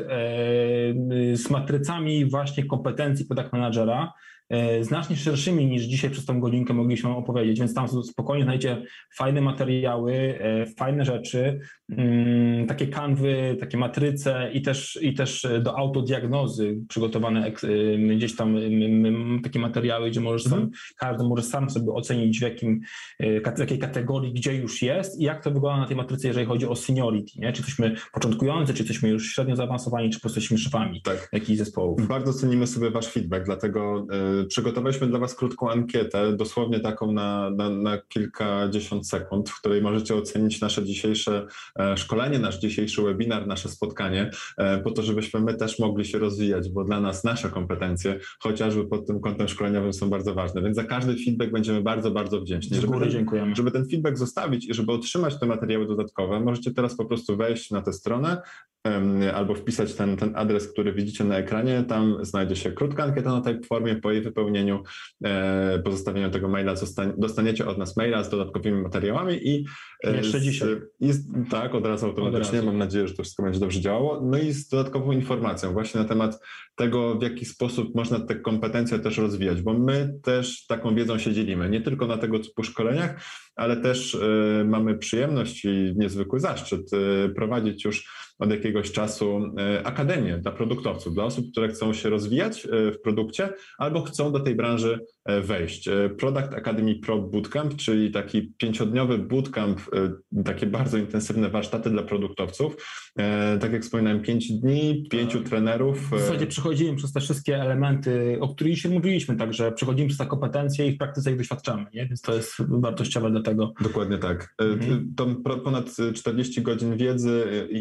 z matrycami właśnie kompetencji product managera, znacznie szerszymi niż dzisiaj przez tą godzinkę mogliśmy opowiedzieć, więc tam spokojnie znajdziecie fajne materiały, fajne rzeczy, takie kanwy, takie matryce i też do autodiagnozy przygotowane gdzieś tam takie materiały, gdzie każdy może sam sobie ocenić w jakiej kategorii, gdzie już jest i jak to wygląda na tej matryce, jeżeli chodzi o seniority, nie? Czy jesteśmy początkujący, czy jesteśmy już średnio zaawansowani, czy po prostu jesteśmy szefami jakichś zespołów. Bardzo cenimy sobie Wasz feedback, dlatego przygotowaliśmy dla Was krótką ankietę, dosłownie taką na kilkadziesiąt sekund, w której możecie ocenić nasze dzisiejsze szkolenie, nasz dzisiejszy webinar, nasze spotkanie, po to, żebyśmy my też mogli się rozwijać, bo dla nas nasze kompetencje, chociażby pod tym kątem szkoleniowym, są bardzo ważne. Więc za każdy feedback będziemy bardzo, bardzo wdzięczni. Dziękujemy. Żeby ten feedback zostawić i żeby otrzymać te materiały dodatkowe, możecie teraz po prostu wejść na tę stronę albo wpisać ten adres, który widzicie na ekranie. Tam znajdzie się krótka ankieta na Typeformie. Po jej wypełnieniu, pozostawieniu tego maila dostaniecie od nas maila z dodatkowymi materiałami i jeszcze dzisiaj. Tak, od razu automatycznie. Mam nadzieję, że to wszystko będzie dobrze działało. No i z dodatkową informacją właśnie na temat tego, w jaki sposób można te kompetencje też rozwijać, bo my też taką wiedzą się dzielimy, nie tylko na tego typu szkoleniach, ale też mamy przyjemność i niezwykły zaszczyt prowadzić już od jakiegoś czasu akademię dla produktowców, dla osób, które chcą się rozwijać w produkcie albo chcą do tej branży wejść. Product Academy Pro Bootcamp, czyli taki 5-dniowy bootcamp, takie bardzo intensywne warsztaty dla produktowców. Tak jak wspominałem, 5 dni, 5 trenerów. W zasadzie przechodzimy przez te wszystkie elementy, o których dzisiaj mówiliśmy, także przechodzimy przez te kompetencje i w praktyce ich doświadczamy, nie? Więc to jest wartościowe dla tego. Dokładnie tak. To ponad 40 godzin wiedzy i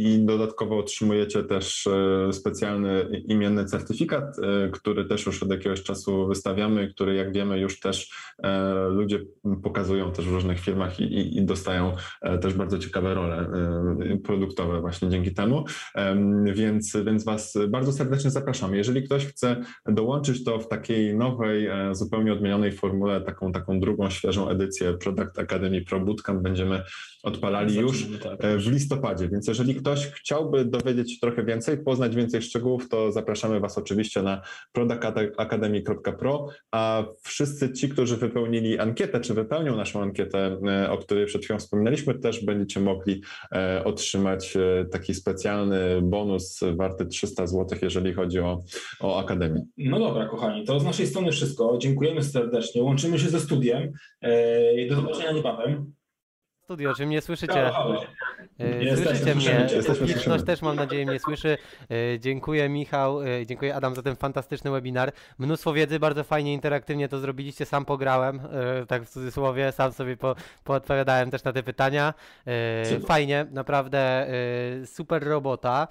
dodatkowo otrzymujecie też specjalny imienny certyfikat, który też już od jakiegoś czasu wystawiamy, który jak wiemy już też ludzie pokazują też w różnych firmach i dostają też bardzo ciekawe role produktowe właśnie dzięki temu, więc Was bardzo serdecznie zapraszamy. Jeżeli ktoś chce dołączyć, to w takiej nowej, zupełnie odmienionej formule, taką drugą, świeżą edycję Product Academy Pro Bootcamp będziemy odpalali już w listopadzie, więc jeżeli ktoś chciałby dowiedzieć się trochę więcej, poznać więcej szczegółów, to zapraszamy Was oczywiście na productacademy.pro, a wszyscy ci, którzy wypełnili ankietę, czy wypełnią naszą ankietę, o której przed chwilą wspominaliśmy, też będziecie mogli otrzymać taki specjalny bonus warty 300 zł, jeżeli chodzi o Akademię. No dobra, kochani, to z naszej strony wszystko. Dziękujemy serdecznie. Łączymy się ze studiem. Do zobaczenia niebawem. Studio, czy mnie słyszycie? Słyszycie mnie. Publiczność też, mam nadzieję, mnie słyszy. Dziękuję, Michał, dziękuję, Adam, za ten fantastyczny webinar. Mnóstwo wiedzy, bardzo fajnie, interaktywnie to zrobiliście, sam pograłem, tak w cudzysłowie, sam sobie poodpowiadałem też na te pytania. Fajnie, naprawdę super robota.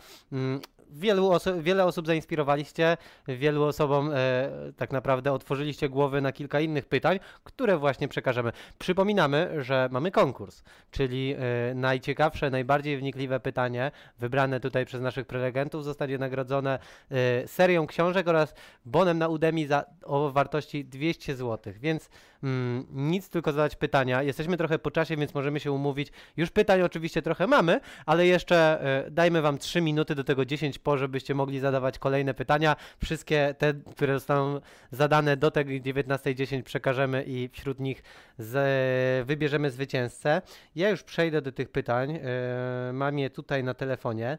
Wiele osób zainspirowaliście, wielu osobom tak naprawdę otworzyliście głowy na kilka innych pytań, które właśnie przekażemy. Przypominamy, że mamy konkurs, czyli najciekawsze, najbardziej wnikliwe pytanie wybrane tutaj przez naszych prelegentów zostanie nagrodzone serią książek oraz bonem na Udemy o wartości 200 zł, więc nic, tylko zadać pytania. Jesteśmy trochę po czasie, więc możemy się umówić. Już pytań oczywiście trochę mamy, ale jeszcze dajmy Wam 3 minuty, do tego 10 po, żebyście mogli zadawać kolejne pytania. Wszystkie te, które zostaną zadane do tego 19:10 przekażemy i wśród nich wybierzemy zwycięzcę. Ja już przejdę do tych pytań. Mam je tutaj na telefonie.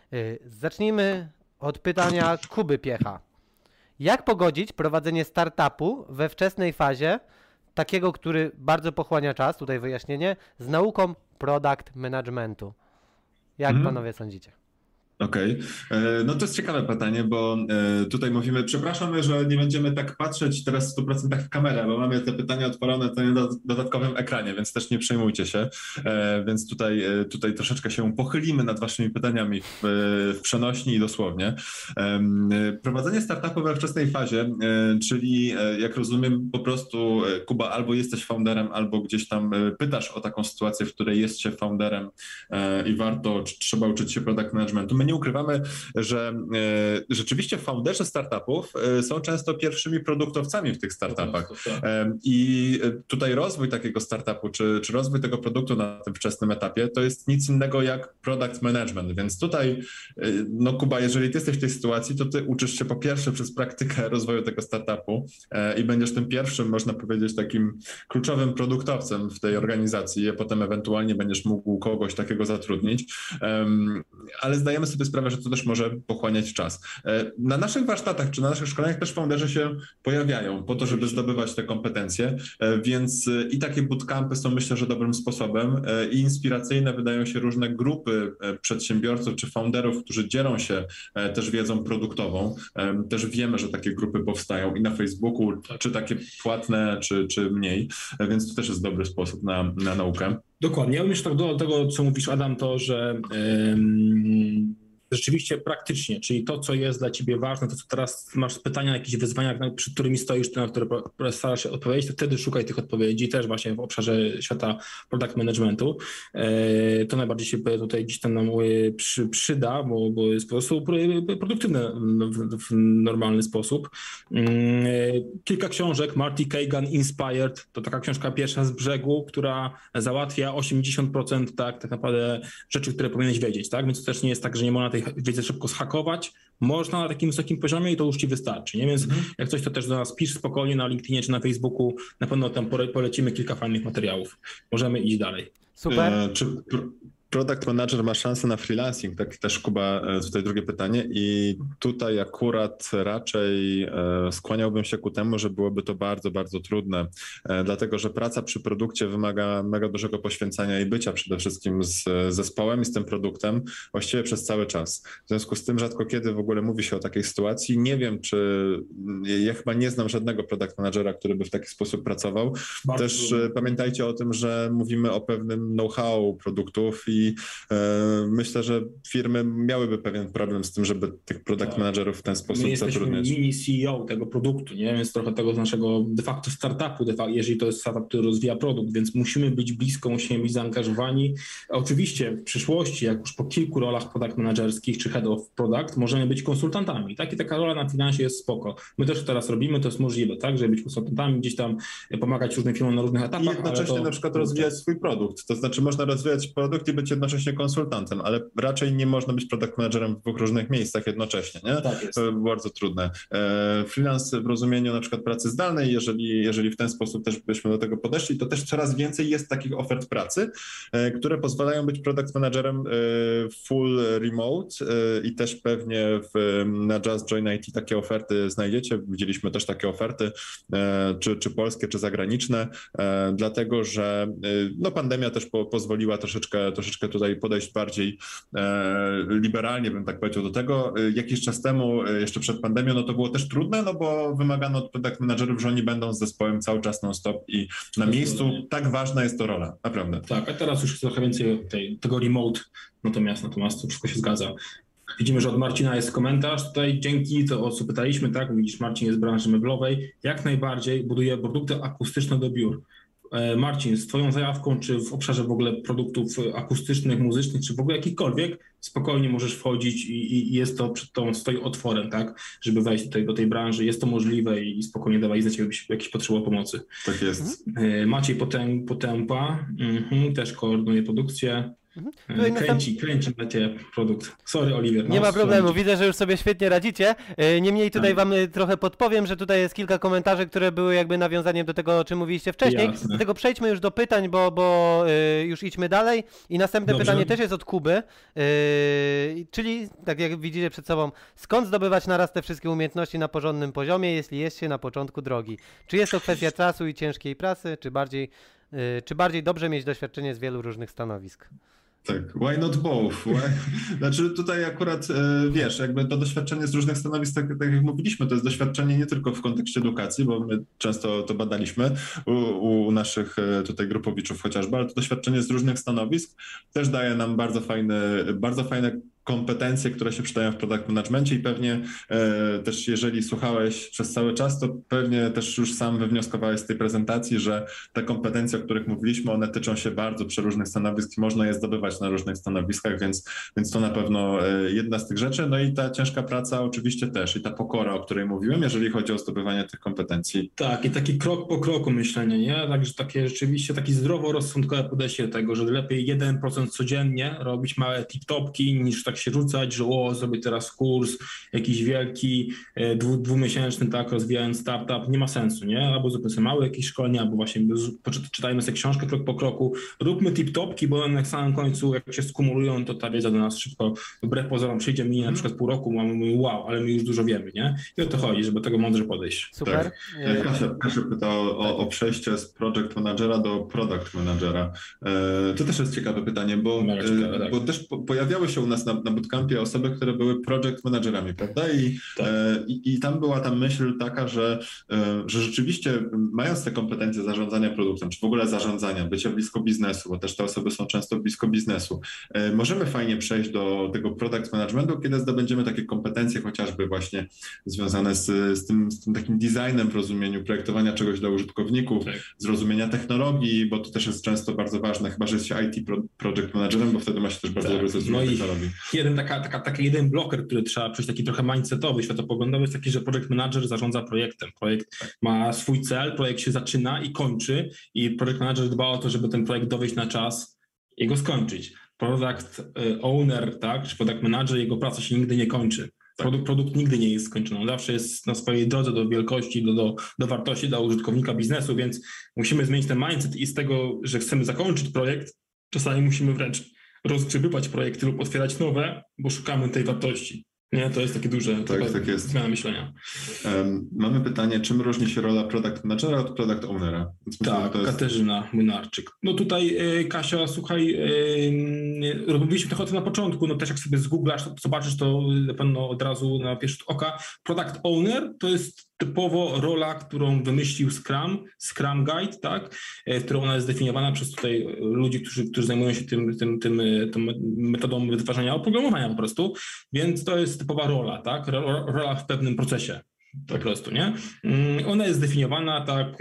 Zacznijmy od pytania Kuby Piecha. Jak pogodzić prowadzenie startupu we wczesnej fazie, takiego, który bardzo pochłania czas, tutaj wyjaśnienie, z nauką product managementu? Jak panowie sądzicie? Okej. No to jest ciekawe pytanie, bo tutaj mówimy, przepraszamy, że nie będziemy tak patrzeć teraz w 100% w kamerę, bo mamy te pytania odpalone na dodatkowym ekranie, więc też nie przejmujcie się. Więc tutaj troszeczkę się pochylimy nad waszymi pytaniami w przenośni i dosłownie. Prowadzenie startupu we wczesnej fazie, czyli jak rozumiem, po prostu Kuba, albo jesteś founderem, albo gdzieś tam pytasz o taką sytuację, w której jest się founderem i warto, czy trzeba uczyć się product managementu. My nie ukrywamy, że rzeczywiście founderzy startupów są często pierwszymi produktowcami w tych startupach. I tutaj rozwój takiego startupu, czy rozwój tego produktu na tym wczesnym etapie, to jest nic innego jak product management. Więc tutaj, no Kuba, jeżeli ty jesteś w tej sytuacji, to ty uczysz się po pierwsze przez praktykę rozwoju tego startupu i będziesz tym pierwszym, można powiedzieć, takim kluczowym produktowcem w tej organizacji, a potem ewentualnie będziesz mógł kogoś takiego zatrudnić. Ale zdajemy sobie sprawę, że to też może pochłaniać czas. Na naszych warsztatach czy na naszych szkoleniach też founderzy się pojawiają po to, żeby zdobywać te kompetencje, więc i takie bootcampy są, myślę, że dobrym sposobem i inspiracyjne wydają się różne grupy przedsiębiorców czy founderów, którzy dzielą się też wiedzą produktową. Też wiemy, że takie grupy powstają i na Facebooku, czy takie płatne, czy mniej, więc to też jest dobry sposób na naukę. Dokładnie. Ja bym jeszcze tak do tego, co mówisz, Adam, to, że rzeczywiście praktycznie, czyli to, co jest dla ciebie ważne, to co teraz masz pytania, jakieś wyzwania, przed którymi stoisz, na które starasz się odpowiedzieć, to wtedy szukaj tych odpowiedzi też właśnie w obszarze świata product managementu. To najbardziej się tutaj gdzieś tam nam przyda, bo jest po prostu produktywne w normalny sposób. Kilka książek, Marty Kagan, Inspired, to taka książka pierwsza z brzegu, która załatwia 80% tak naprawdę rzeczy, które powinieneś wiedzieć, tak? Więc to też nie jest tak, że nie można tej wiedzy szybko zhakować, można na takim wysokim poziomie i to już ci wystarczy, nie? Więc jak coś, to też do nas pisz spokojnie na LinkedInie czy na Facebooku, na pewno tam polecimy kilka fajnych materiałów. Możemy iść dalej. Super. Czy product manager ma szansę na freelancing? Tak też Kuba, tutaj drugie pytanie i tutaj akurat raczej skłaniałbym się ku temu, że byłoby to bardzo, bardzo trudne, dlatego że praca przy produkcie wymaga mega dużego poświęcenia i bycia przede wszystkim z zespołem i z tym produktem właściwie przez cały czas. W związku z tym rzadko kiedy w ogóle mówi się o takiej sytuacji. Nie wiem, ja chyba nie znam żadnego product managera, który by w taki sposób pracował. Też pamiętajcie o tym, że mówimy o pewnym know-how produktów i i myślę, że firmy miałyby pewien problem z tym, żeby tych product managerów w ten sposób zatrudniać. My jesteśmy mini CEO tego produktu, nie? Więc trochę tego z naszego de facto startupu, jeżeli to jest startup, który rozwija produkt, więc musimy być blisko, musimy być zaangażowani. Oczywiście w przyszłości, jak już po kilku rolach product managerskich czy head of product, możemy być konsultantami. Tak? I taka rola na finansie jest spoko. My też teraz robimy, to jest możliwe, tak? Żeby być konsultantami, gdzieś tam pomagać różnym firmom na różnych etapach. I jednocześnie na przykład rozwijać swój produkt. To znaczy można rozwijać produkt i być jednocześnie konsultantem, ale raczej nie można być product managerem w dwóch różnych miejscach jednocześnie, nie? Tak jest. To by było bardzo trudne. Freelance w rozumieniu na przykład pracy zdalnej, jeżeli w ten sposób też byśmy do tego podeszli, to też coraz więcej jest takich ofert pracy, które pozwalają być product managerem full remote i też pewnie na Just Join IT takie oferty znajdziecie. Widzieliśmy też takie oferty, czy polskie, czy zagraniczne, dlatego że no, pandemia też pozwoliła troszeczkę tutaj podejść bardziej liberalnie, bym tak powiedział, do tego. Jakiś czas temu, jeszcze przed pandemią, no to było też trudne, no bo wymagano od product managerów, że oni będą z zespołem cały czas non-stop i na miejscu. Tak ważna jest to rola, naprawdę. Tak, a teraz już trochę więcej tego remote, natomiast to wszystko się zgadza. Widzimy, że od Marcina jest komentarz tutaj, dzięki, to o co pytaliśmy, tak, widzisz, Marcin jest z branży meblowej, jak najbardziej buduje produkty akustyczne do biur. Marcin, z twoją zajawką, czy w obszarze w ogóle produktów akustycznych, muzycznych, czy w ogóle jakichkolwiek, spokojnie możesz wchodzić i jest to przed tą stoi otworem, tak, żeby wejść tutaj do tej branży, jest to możliwe i spokojnie dawaj znać, jakbyś jakiś potrzebował pomocy. Tak jest. Maciej Potępa, też koordynuje produkcję. Kręci na ciebie produkt. Sorry, Oliver. Nie ma problemu, widzę, że już sobie świetnie radzicie. Niemniej tutaj wam trochę podpowiem, że tutaj jest kilka komentarzy, które były jakby nawiązaniem do tego, o czym mówiliście wcześniej. Jasne. Dlatego przejdźmy już do pytań, bo już idźmy dalej. I następne pytanie też jest od Kuby. Czyli, tak jak widzicie przed sobą, skąd zdobywać naraz te wszystkie umiejętności na porządnym poziomie, jeśli jest się na początku drogi? Czy jest to kwestia czasu i ciężkiej pracy, czy bardziej dobrze mieć doświadczenie z wielu różnych stanowisk? Tak, why not both? Znaczy tutaj akurat, wiesz, jakby to doświadczenie z różnych stanowisk, tak jak mówiliśmy, to jest doświadczenie nie tylko w kontekście edukacji, bo my często to badaliśmy u naszych tutaj grupowiczów chociażby, ale to doświadczenie z różnych stanowisk też daje nam bardzo fajne kompetencje, które się przydają w product managemencie i pewnie też jeżeli słuchałeś przez cały czas, to pewnie też już sam wywnioskowałeś z tej prezentacji, że te kompetencje, o których mówiliśmy, one tyczą się bardzo przeróżnych stanowisk i można je zdobywać na różnych stanowiskach, więc to na pewno jedna z tych rzeczy. No i ta ciężka praca oczywiście też i ta pokora, o której mówiłem, jeżeli chodzi o zdobywanie tych kompetencji. Tak, i taki krok po kroku myślenie, nie? Także takie rzeczywiście takie zdroworozsądkowe podejście do tego, że lepiej 1% codziennie robić małe tip-topki niż tak się rzucać, że zrobię teraz kurs jakiś wielki, dwumiesięczny, tak, rozwijając startup, nie ma sensu, nie? Albo zróbmy sobie małe jakieś szkolenia, albo właśnie czytajmy sobie książkę krok po kroku, róbmy tip-topki, bo na samym końcu jak się skumulują, to ta wiedza do nas szybko, wbrew pozorom przyjdzie mi na przykład pół roku, mamy wow, ale my już dużo wiemy, nie? I o to chodzi, żeby do tego mądrze podejść. Super. Tak. Kasia pyta o przejście z project managera do product managera. To też jest ciekawe pytanie, bo też pojawiały się u nas na bootcampie osoby, które były project managerami, prawda? I tam była ta myśl taka, że rzeczywiście mając te kompetencje zarządzania produktem, czy w ogóle zarządzania, bycia blisko biznesu, bo też te osoby są często blisko biznesu, możemy fajnie przejść do tego product managementu, kiedy zdobędziemy takie kompetencje chociażby właśnie związane z tym takim designem w rozumieniu projektowania czegoś dla użytkowników, zrozumienia technologii, bo to też jest często bardzo ważne, chyba że jest się IT project managerem, bo wtedy ma się też bardzo dobry zrozumienie technologii. Jeden bloker, który trzeba przejść, taki trochę mindsetowy, światopoglądowy, jest taki, że project manager zarządza projektem. Projekt ma swój cel, projekt się zaczyna i kończy i project manager dba o to, żeby ten projekt dowieść na czas i go skończyć. Product owner, tak, czy product manager, jego praca się nigdy nie kończy. Produkt nigdy nie jest skończony. On zawsze jest na swojej drodze do wielkości, do wartości dla użytkownika biznesu, więc musimy zmienić ten mindset i z tego, że chcemy zakończyć projekt, czasami musimy wręcz rozgrzebywać projekty lub otwierać nowe, bo szukamy tej wartości. Nie, to jest takie duże zmiana myślenia. Mamy pytanie, czym różni się rola product managera od product ownera? Tak, Katarzyna Młynarczyk. No tutaj Kasia, słuchaj, robiliśmy trochę o tym na początku, no też jak sobie zgooglasz, to zobaczysz to na pewno od razu na pierwszy rzut oka. Product Owner to jest typowo rola, którą wymyślił Scrum Guide, tak? Którą ona jest zdefiniowana przez tutaj ludzi, którzy zajmują się tą metodą wytwarzania oprogramowania po prostu, więc to jest typowa rola, tak? Rola w pewnym procesie. Po prostu, nie? Ona jest zdefiniowana, tak,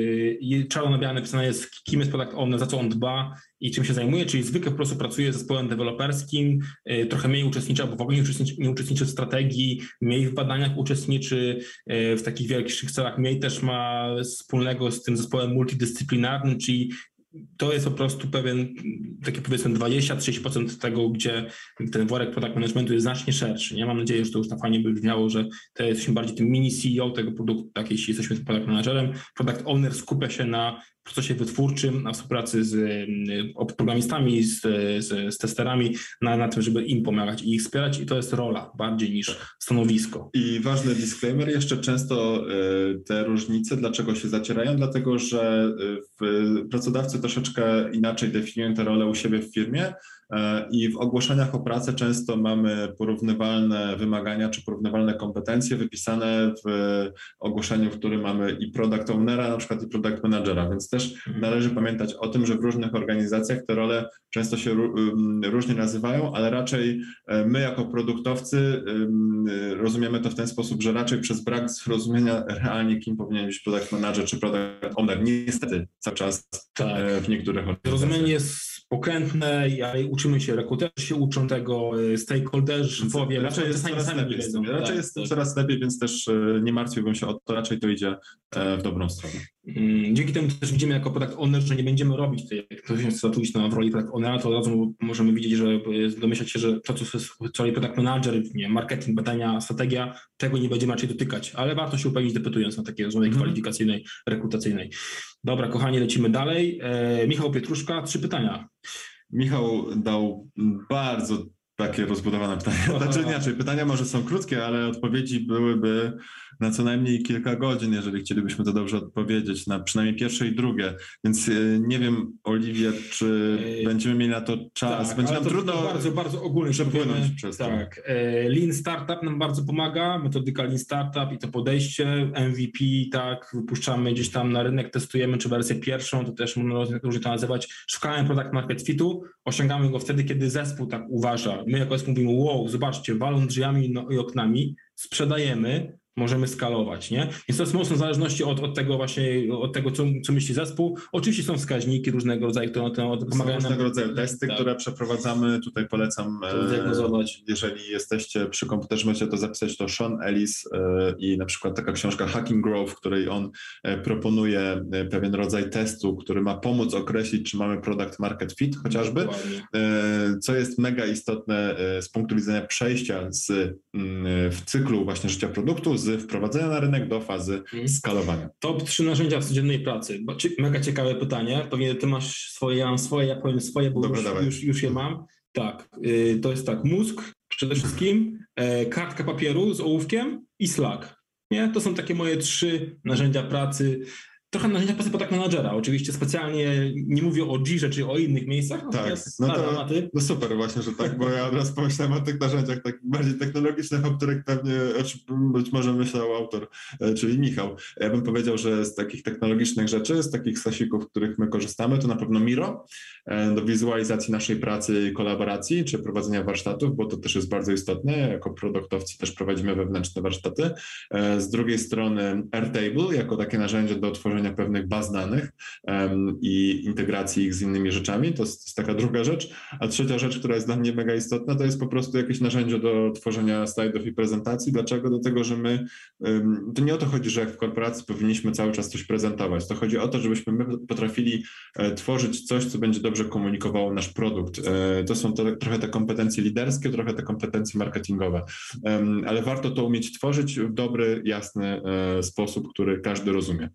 czarno na białe napisane jest, kim jest product owner, za co on dba i czym się zajmuje, czyli zwykle po prostu pracuje z zespołem deweloperskim, trochę mniej uczestniczy, albo w ogóle nie uczestniczy w strategii, mniej w badaniach uczestniczy, w takich większych celach mniej też ma wspólnego z tym zespołem multidyscyplinarnym, czyli to jest po prostu pewien, takie powiedzmy 20-30% tego, gdzie ten worek product managementu jest znacznie szerszy. Nie? Mam nadzieję, że to już tam fajnie by brzmiało, że to jesteśmy bardziej tym mini CEO tego produktu, tak, jeśli jesteśmy tym product managerem. Product owner skupia się na procesie wytwórczym, na współpracy z programistami, z testerami, na tym, żeby im pomagać i ich wspierać i to jest rola bardziej niż stanowisko. I ważny disclaimer, jeszcze często te różnice, dlaczego się zacierają? Dlatego, że pracodawcy troszeczkę inaczej definiują te role u siebie w firmie i w ogłoszeniach o pracę często mamy porównywalne wymagania czy porównywalne kompetencje wypisane w ogłoszeniu, w którym mamy i product ownera, na przykład i product managera, więc też należy pamiętać o tym, że w różnych organizacjach te role często się różnie nazywają, ale raczej my jako produktowcy rozumiemy to w ten sposób, że raczej przez brak zrozumienia realnie, kim powinien być product manager czy product owner, niestety cały czas w niektórych organizacjach. Rozumienie jest pokrętne, ale uczymy się, rekruterzy się uczą tego, stakeholderzy, raczej jest coraz lepiej. Raczej jest coraz lepiej, więc też nie martwiłbym się o to, raczej to idzie w dobrą stronę. Dzięki temu też widzimy jako product owner, że nie będziemy robić tutaj, jak ktoś się zatrudnić w roli product ownera, to od razu możemy widzieć, że domyślać się, że to, co jest w roli product manager, nie, marketing, badania, strategia, tego nie będziemy raczej dotykać, ale warto się upewnić, deputując na takiej rozmowie kwalifikacyjnej, rekrutacyjnej. Dobra, kochani, lecimy dalej. Michał Pietruszka, 3 pytania. Michał dał bardzo takie rozbudowane pytania. Znaczy inaczej, pytania może są krótkie, ale odpowiedzi byłyby na co najmniej kilka godzin, jeżeli chcielibyśmy to dobrze odpowiedzieć, na przynajmniej pierwsze i drugie. Więc nie wiem, Oliwie, czy będziemy mieli na to czas. Tak, będzie nam trudno bardzo ogólnie przepłynąć przez to. Tak. Lean Startup nam bardzo pomaga, metodyka Lean Startup i to podejście, MVP, tak, wypuszczamy gdzieś tam na rynek, testujemy, czy wersję pierwszą, to też można różnie to nazywać, szukamy product market fitu, osiągamy go wtedy, kiedy zespół tak uważa. My jako zespół mówimy, wow, zobaczcie, walą drzwiami i oknami, sprzedajemy, możemy skalować, nie? Więc to jest mocno w zależności od tego właśnie, od tego, co myśli zespół. Oczywiście są wskaźniki różnego rodzaju, które pomagają nam. Różnego rodzaju testy, tak, które przeprowadzamy. Tutaj polecam, jeżeli jesteście przy komputerze, możecie to zapisać, to Sean Ellis i na przykład taka książka Hacking Growth, w której on proponuje pewien rodzaj testu, który ma pomóc określić, czy mamy product market fit chociażby, dokładnie. Co jest mega istotne z punktu widzenia przejścia w cyklu właśnie życia produktu, z wprowadzenia na rynek do fazy skalowania. Top 3 narzędzia w codziennej pracy. Mega ciekawe pytanie. Pewnie ty masz swoje, ja mam swoje, ja powiem swoje, bo już je mam. Tak, to jest tak, mózg przede wszystkim, kartka papieru z ołówkiem i Slack. Nie? To są takie moje 3 narzędzia pracy. Trochę narzędzia pracy product managera. Oczywiście specjalnie nie mówię o Jirze czy o innych miejscach. Tak, no super właśnie, że tak, bo ja od razu pomyślałem o tych narzędziach tak bardziej technologicznych, o których pewnie być może myślał autor, czyli Michał. Ja bym powiedział, że z takich technologicznych rzeczy, z takich stasików, w których my korzystamy, to na pewno Miro do wizualizacji naszej pracy i kolaboracji, czy prowadzenia warsztatów, bo to też jest bardzo istotne. Jako produktowcy też prowadzimy wewnętrzne warsztaty. Z drugiej strony Airtable jako takie narzędzie do tworzenia pewnych baz danych i integracji ich z innymi rzeczami. To jest taka druga rzecz. A trzecia rzecz, która jest dla mnie mega istotna, to jest po prostu jakieś narzędzie do tworzenia slajdów i prezentacji. Dlaczego? Dlatego, że my, to nie o to chodzi, że jak w korporacji powinniśmy cały czas coś prezentować. To chodzi o to, żebyśmy my potrafili tworzyć coś, co będzie dobrze komunikowało nasz produkt. To są trochę te kompetencje liderskie, trochę te kompetencje marketingowe. Ale warto to umieć tworzyć w dobry, jasny sposób, który każdy rozumie.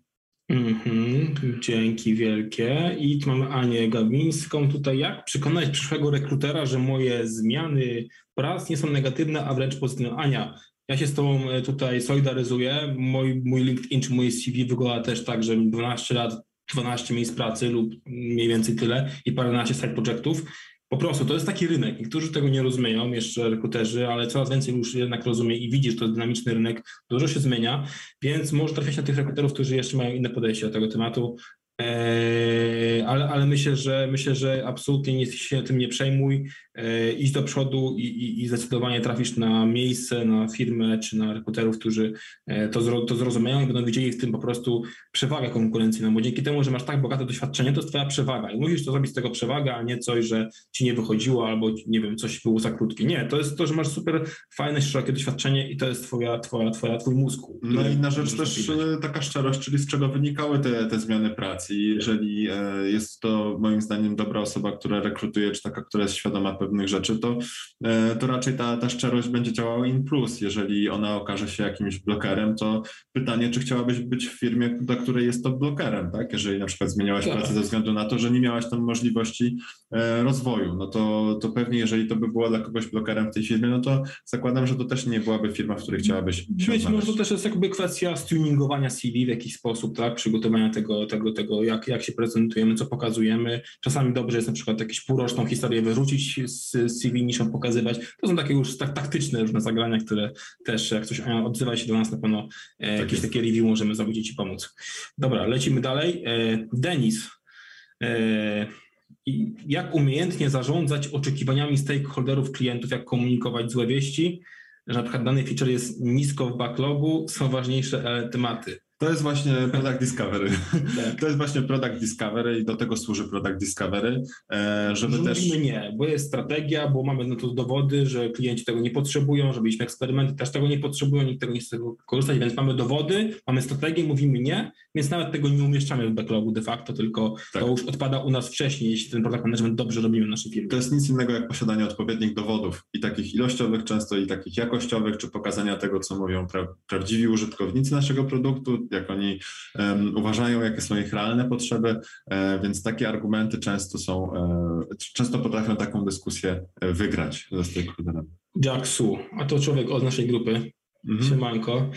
Dzięki wielkie. I tu mamy Anię Gabińską. Tutaj jak przekonać przyszłego rekrutera, że moje zmiany prac nie są negatywne, a wręcz pozytywne? Ania, ja się z tobą tutaj solidaryzuję. Mój LinkedIn czy moje CV wygląda też tak, że 12 lat, 12 miejsc pracy lub mniej więcej tyle i paręnaście side projectów. Po prostu to jest taki rynek. Niektórzy tego nie rozumieją, jeszcze rekruterzy, ale coraz więcej już jednak rozumie i widzi, że to jest dynamiczny rynek, dużo się zmienia, więc może trafiać na tych rekruterów, którzy jeszcze mają inne podejście do tego tematu. Ale myślę, że absolutnie się tym nie przejmuj, idź do przodu i zdecydowanie trafisz na miejsce, na firmę czy na rekruterów, którzy to zrozumieją i będą widzieli w tym po prostu przewagę konkurencyjną, bo dzięki temu, że masz tak bogate doświadczenie, to jest twoja przewaga i musisz to zrobić z tego przewagę, a nie coś, że ci nie wychodziło albo nie wiem, coś było za krótkie. Nie, to jest to, że masz super fajne, szerokie doświadczenie i to jest twój mózg. No i na rzecz też taka szczerość, czyli z czego wynikały te zmiany pracy. I jeżeli jest to moim zdaniem dobra osoba, która rekrutuje, czy taka, która jest świadoma pewnych rzeczy, to raczej ta szczerość będzie działała in plus. Jeżeli ona okaże się jakimś blokerem, to pytanie, czy chciałabyś być w firmie, dla której jest to blokerem, tak? Jeżeli na przykład zmieniałaś pracę ze względu na to, że nie miałaś tam możliwości rozwoju, no to pewnie jeżeli to by było dla kogoś blokerem w tej firmie, no to zakładam, że to też nie byłaby firma, w której chciałabyś się być odnaleźć. może to też jest jakby kwestia stuningowania CV w jakiś sposób, tak? Przygotowania tego jak się prezentujemy, co pokazujemy. Czasami dobrze jest na przykład jakąś półroczną historię wyrzucić z CV niż ją pokazywać. To są takie już taktyczne różne zagrania, które też jak ktoś odzywa się do nas, na pewno jakieś takie review możemy zrobić i ci pomóc. Dobra, lecimy dalej. Denis. Jak umiejętnie zarządzać oczekiwaniami stakeholderów, klientów, jak komunikować złe wieści, że na przykład dany feature jest nisko w backlogu, są ważniejsze tematy. To jest właśnie Product Discovery. Tak. To jest właśnie Product Discovery i do tego służy Product Discovery, żeby że też... Mówimy nie, bo jest strategia, bo mamy na to dowody, że klienci tego nie potrzebują, że byliśmy eksperymenty, też tego nie potrzebują, nikt tego nie chce z tego korzystać, więc mamy dowody, mamy strategię, mówimy nie, więc nawet tego nie umieszczamy w backlogu de facto, tylko to już odpada u nas wcześniej, jeśli ten product management dobrze robimy w naszej firmie. To jest nic innego jak posiadanie odpowiednich dowodów i takich ilościowych często i takich jakościowych, czy pokazania tego, co mówią prawdziwi użytkownicy naszego produktu, jak oni uważają, jakie są ich realne potrzeby, więc takie argumenty często potrafią taką dyskusję wygrać ze stakeholderem. Jack Su, a to człowiek od naszej grupy. Siemanko.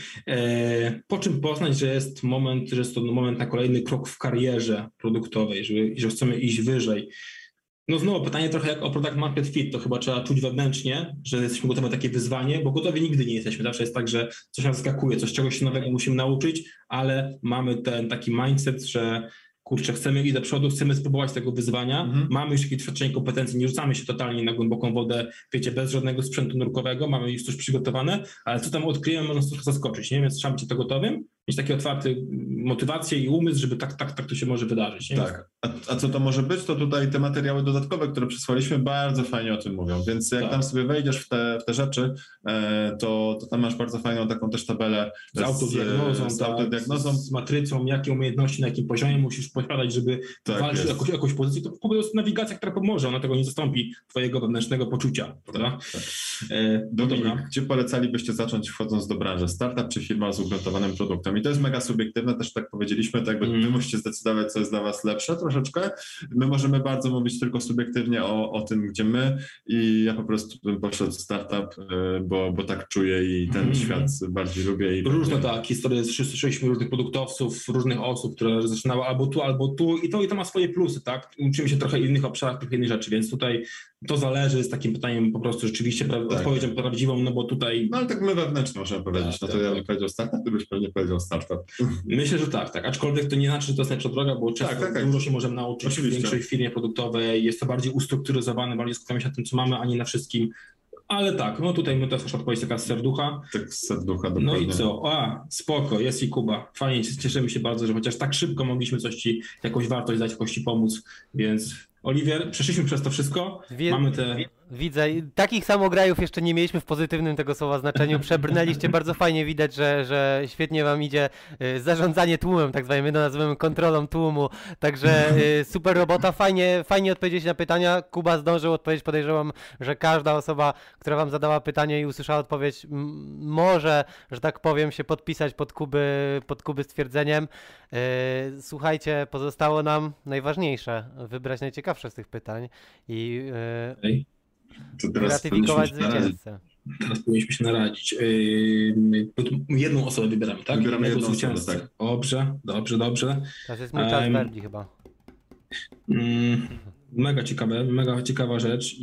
Po czym poznać, że jest to moment na kolejny krok w karierze produktowej, że chcemy iść wyżej. No znowu pytanie trochę jak o product market fit, to chyba trzeba czuć wewnętrznie, że jesteśmy gotowi na takie wyzwanie, bo gotowi nigdy nie jesteśmy. Zawsze jest tak, że coś nas zaskakuje, czegoś się nowego musimy nauczyć, ale mamy ten taki mindset, że kurczę, chcemy iść do przodu, chcemy spróbować tego wyzwania, mamy już jakieś doświadczenie kompetencji, nie rzucamy się totalnie na głęboką wodę, wiecie, bez żadnego sprzętu nurkowego, mamy już coś przygotowane, ale co tam odkryjemy, może nas trochę zaskoczyć, nie? Więc trzeba być tego gotowym, mieć takie otwarte motywacje i umysł, żeby tak to się może wydarzyć. Nie? Tak, a co to może być, to tutaj te materiały dodatkowe, które przysłaliśmy, bardzo fajnie o tym mówią, więc jak tam sobie wejdziesz w te rzeczy, to tam masz bardzo fajną taką też tabelę z autodiagnozą, z matrycą, jakie umiejętności, na jakim poziomie musisz posiadać, żeby walczyć o jakąś pozycję, to po prostu nawigacja, która pomoże, ona tego nie zastąpi twojego wewnętrznego poczucia, prawda? Dominik, gdzie polecalibyście zacząć wchodząc do branży? Startup czy firma z ugruntowanym produktem? I to jest mega subiektywne, też tak powiedzieliśmy, to jakby wy musicie zdecydować, co jest dla was lepsze troszeczkę. My możemy bardzo mówić tylko subiektywnie o tym, gdzie my i ja po prostu bym poszedł startup, bo tak czuję i ten świat bardziej lubię. I różne tak, historie, wszyscy słyszeliśmy różnych produktowców, różnych osób, które zaczynały albo tu i to ma swoje plusy, tak? Uczymy się trochę innych obszarach, trochę innych rzeczy, więc tutaj to zależy z takim pytaniem po prostu rzeczywiście odpowiedzią prawdziwą, no bo tutaj... No ale tak my wewnętrznie możemy powiedzieć, ja bym powiedział startup, ty byś pewnie powiedział startup. Myślę, że tak, aczkolwiek to nie znaczy, że to jest najlepsza droga, bo często dużo się możemy nauczyć w większej firmie produktowej, jest to bardziej ustrukturyzowane, bardziej skupiamy się na tym, co mamy, a nie na wszystkim. Ale tak, no tutaj my też nasza odpowiedź taka z serducha. Tak, z serducha, dokładnie. No i co? Spoko, jest i Kuba. Fajnie, cieszymy się bardzo, że chociaż tak szybko mogliśmy coś ci, jakąś wartość dać, jakoś ci pomóc, więc Oliwier, przeszliśmy przez to wszystko, mamy te... Widzę, takich samograjów jeszcze nie mieliśmy w pozytywnym tego słowa znaczeniu, przebrnęliście, bardzo fajnie widać, że świetnie wam idzie zarządzanie tłumem, tak zwanym, my to nazywamy kontrolą tłumu, także super robota, fajnie odpowiedzieć na pytania, Kuba zdążył odpowiedzieć, podejrzewam, że każda osoba, która wam zadała pytanie i usłyszała odpowiedź, może, że tak powiem, się podpisać pod Kuby stwierdzeniem. Słuchajcie, pozostało nam najważniejsze, wybrać najciekawsze z tych pytań i gratyfikować zwycięzcę. Teraz powinniśmy się naradzić. Jedną osobę wybieramy, tak? Wybieramy jedną osobę, tak. Dobrze. Teraz jest mój czas Berdi chyba. Mega ciekawa rzecz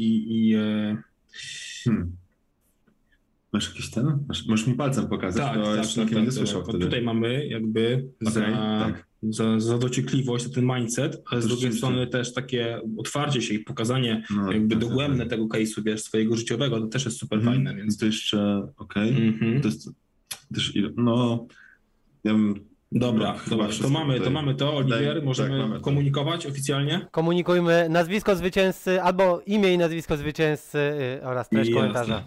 Masz jakiś ten? Możesz mi palcem pokazać, bo jeszcze nikt nie słyszał wtedy. Tutaj mamy jakby za dociekliwość, ten mindset, ale z drugiej strony też takie otwarcie się i pokazanie jakby dogłębne tego case'u, wiesz, swojego życiowego, to też jest super fajne. Więc to jeszcze, to jest też, ja bym... Dobra, to mamy to, Oliwier, możemy komunikować oficjalnie? Komunikujmy nazwisko zwycięzcy, albo imię i nazwisko zwycięzcy oraz treść komentarza.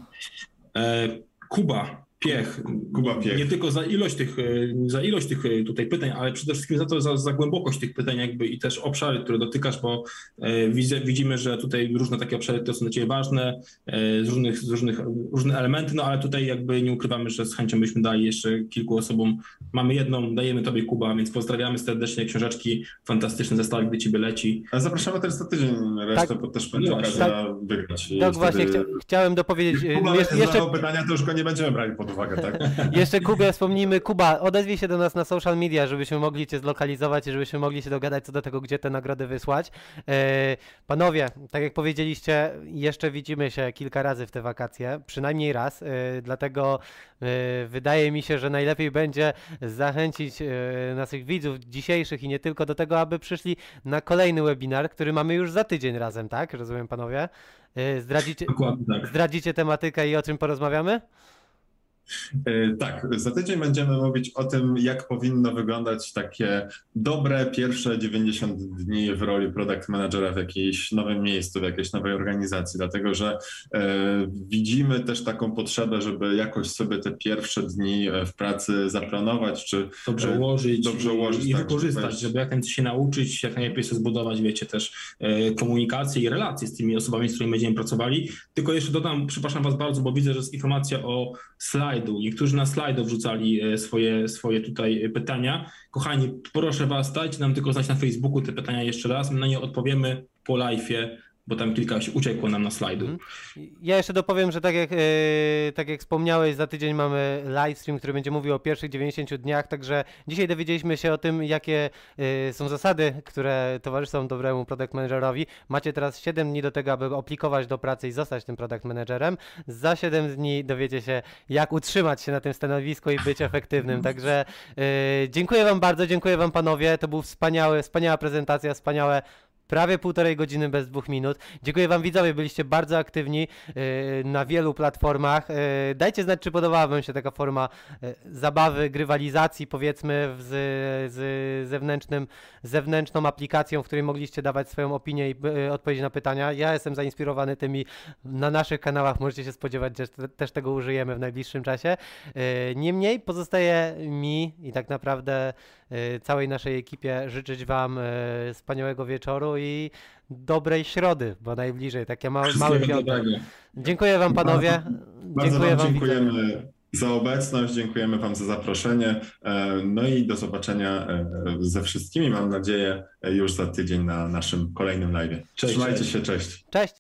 Kuba Piech. Nie tylko za ilość tych tutaj pytań, ale przede wszystkim za głębokość tych pytań jakby i też obszary, które dotykasz, bo widzimy, że tutaj różne takie obszary to są dla Ciebie ważne, różne elementy, no ale tutaj jakby nie ukrywamy, że z chęcią byśmy dali jeszcze kilku osobom. Mamy jedną, dajemy Tobie, Kuba, więc pozdrawiamy serdecznie, książeczki fantastyczne, zestaw gdy Ciebie leci. A zapraszamy teraz na tydzień resztę, bo też będzie okazja wygrać. Tak, właśnie chciałem dopowiedzieć. Kuba jeszcze pytania, to już go nie będziemy brali pod uwagę, tak? Jeszcze Kubie wspomnijmy. Kuba, odezwij się do nas na social media, żebyśmy mogli Cię zlokalizować i żebyśmy mogli się dogadać co do tego, gdzie te nagrody wysłać. Panowie, tak jak powiedzieliście, jeszcze widzimy się kilka razy w te wakacje, przynajmniej raz, dlatego wydaje mi się, że najlepiej będzie zachęcić naszych widzów dzisiejszych i nie tylko do tego, aby przyszli na kolejny webinar, który mamy już za tydzień razem, tak? Rozumiem, panowie? Zdradzicie tematykę i o czym porozmawiamy? Tak, za tydzień będziemy mówić o tym, jak powinno wyglądać takie dobre pierwsze 90 dni w roli product managera w jakimś nowym miejscu, w jakiejś nowej organizacji, dlatego że widzimy też taką potrzebę, żeby jakoś sobie te pierwsze dni w pracy zaplanować, czy dobrze ułożyć i tak, wykorzystać, żeby jak najwięcej się nauczyć, jak najlepiej sobie zbudować, wiecie, też komunikację i relacje z tymi osobami, z którymi będziemy pracowali. Tylko jeszcze dodam, przepraszam Was bardzo, bo widzę, że jest informacja o slajdu. Niektórzy na slajdu wrzucali swoje tutaj pytania. Kochani, proszę Was, dajcie nam tylko znać na Facebooku te pytania jeszcze raz. My na nie odpowiemy po live'ie, bo tam kilka się uciekło nam na slajdu. Ja jeszcze dopowiem, że tak jak wspomniałeś, za tydzień mamy livestream, który będzie mówił o pierwszych 90 dniach, także dzisiaj dowiedzieliśmy się o tym, jakie są zasady, które towarzyszą dobremu product managerowi. Macie teraz 7 dni do tego, aby aplikować do pracy i zostać tym product managerem. Za 7 dni dowiecie się, jak utrzymać się na tym stanowisku i być efektywnym. Także dziękuję Wam bardzo, dziękuję Wam panowie, to był wspaniała prezentacja, prawie 1,5 godziny bez 2 minut. Dziękuję Wam widzowie, byliście bardzo aktywni na wielu platformach. Dajcie znać, czy podobała Wam się taka forma zabawy, grywalizacji, powiedzmy z zewnętrzną aplikacją, w której mogliście dawać swoją opinię i odpowiedzi na pytania. Ja jestem zainspirowany tymi. Na naszych kanałach możecie się spodziewać, że też tego użyjemy w najbliższym czasie. Niemniej pozostaje mi i tak naprawdę całej naszej ekipie życzyć Wam wspaniałego wieczoru i dobrej środy, bo najbliżej takie małe piątek. Dziękuję Wam panowie. Dziękujemy za obecność, dziękujemy Wam za zaproszenie. No i do zobaczenia ze wszystkimi, mam nadzieję, już za tydzień na naszym kolejnym live'ie. Trzymajcie się, cześć. Cześć.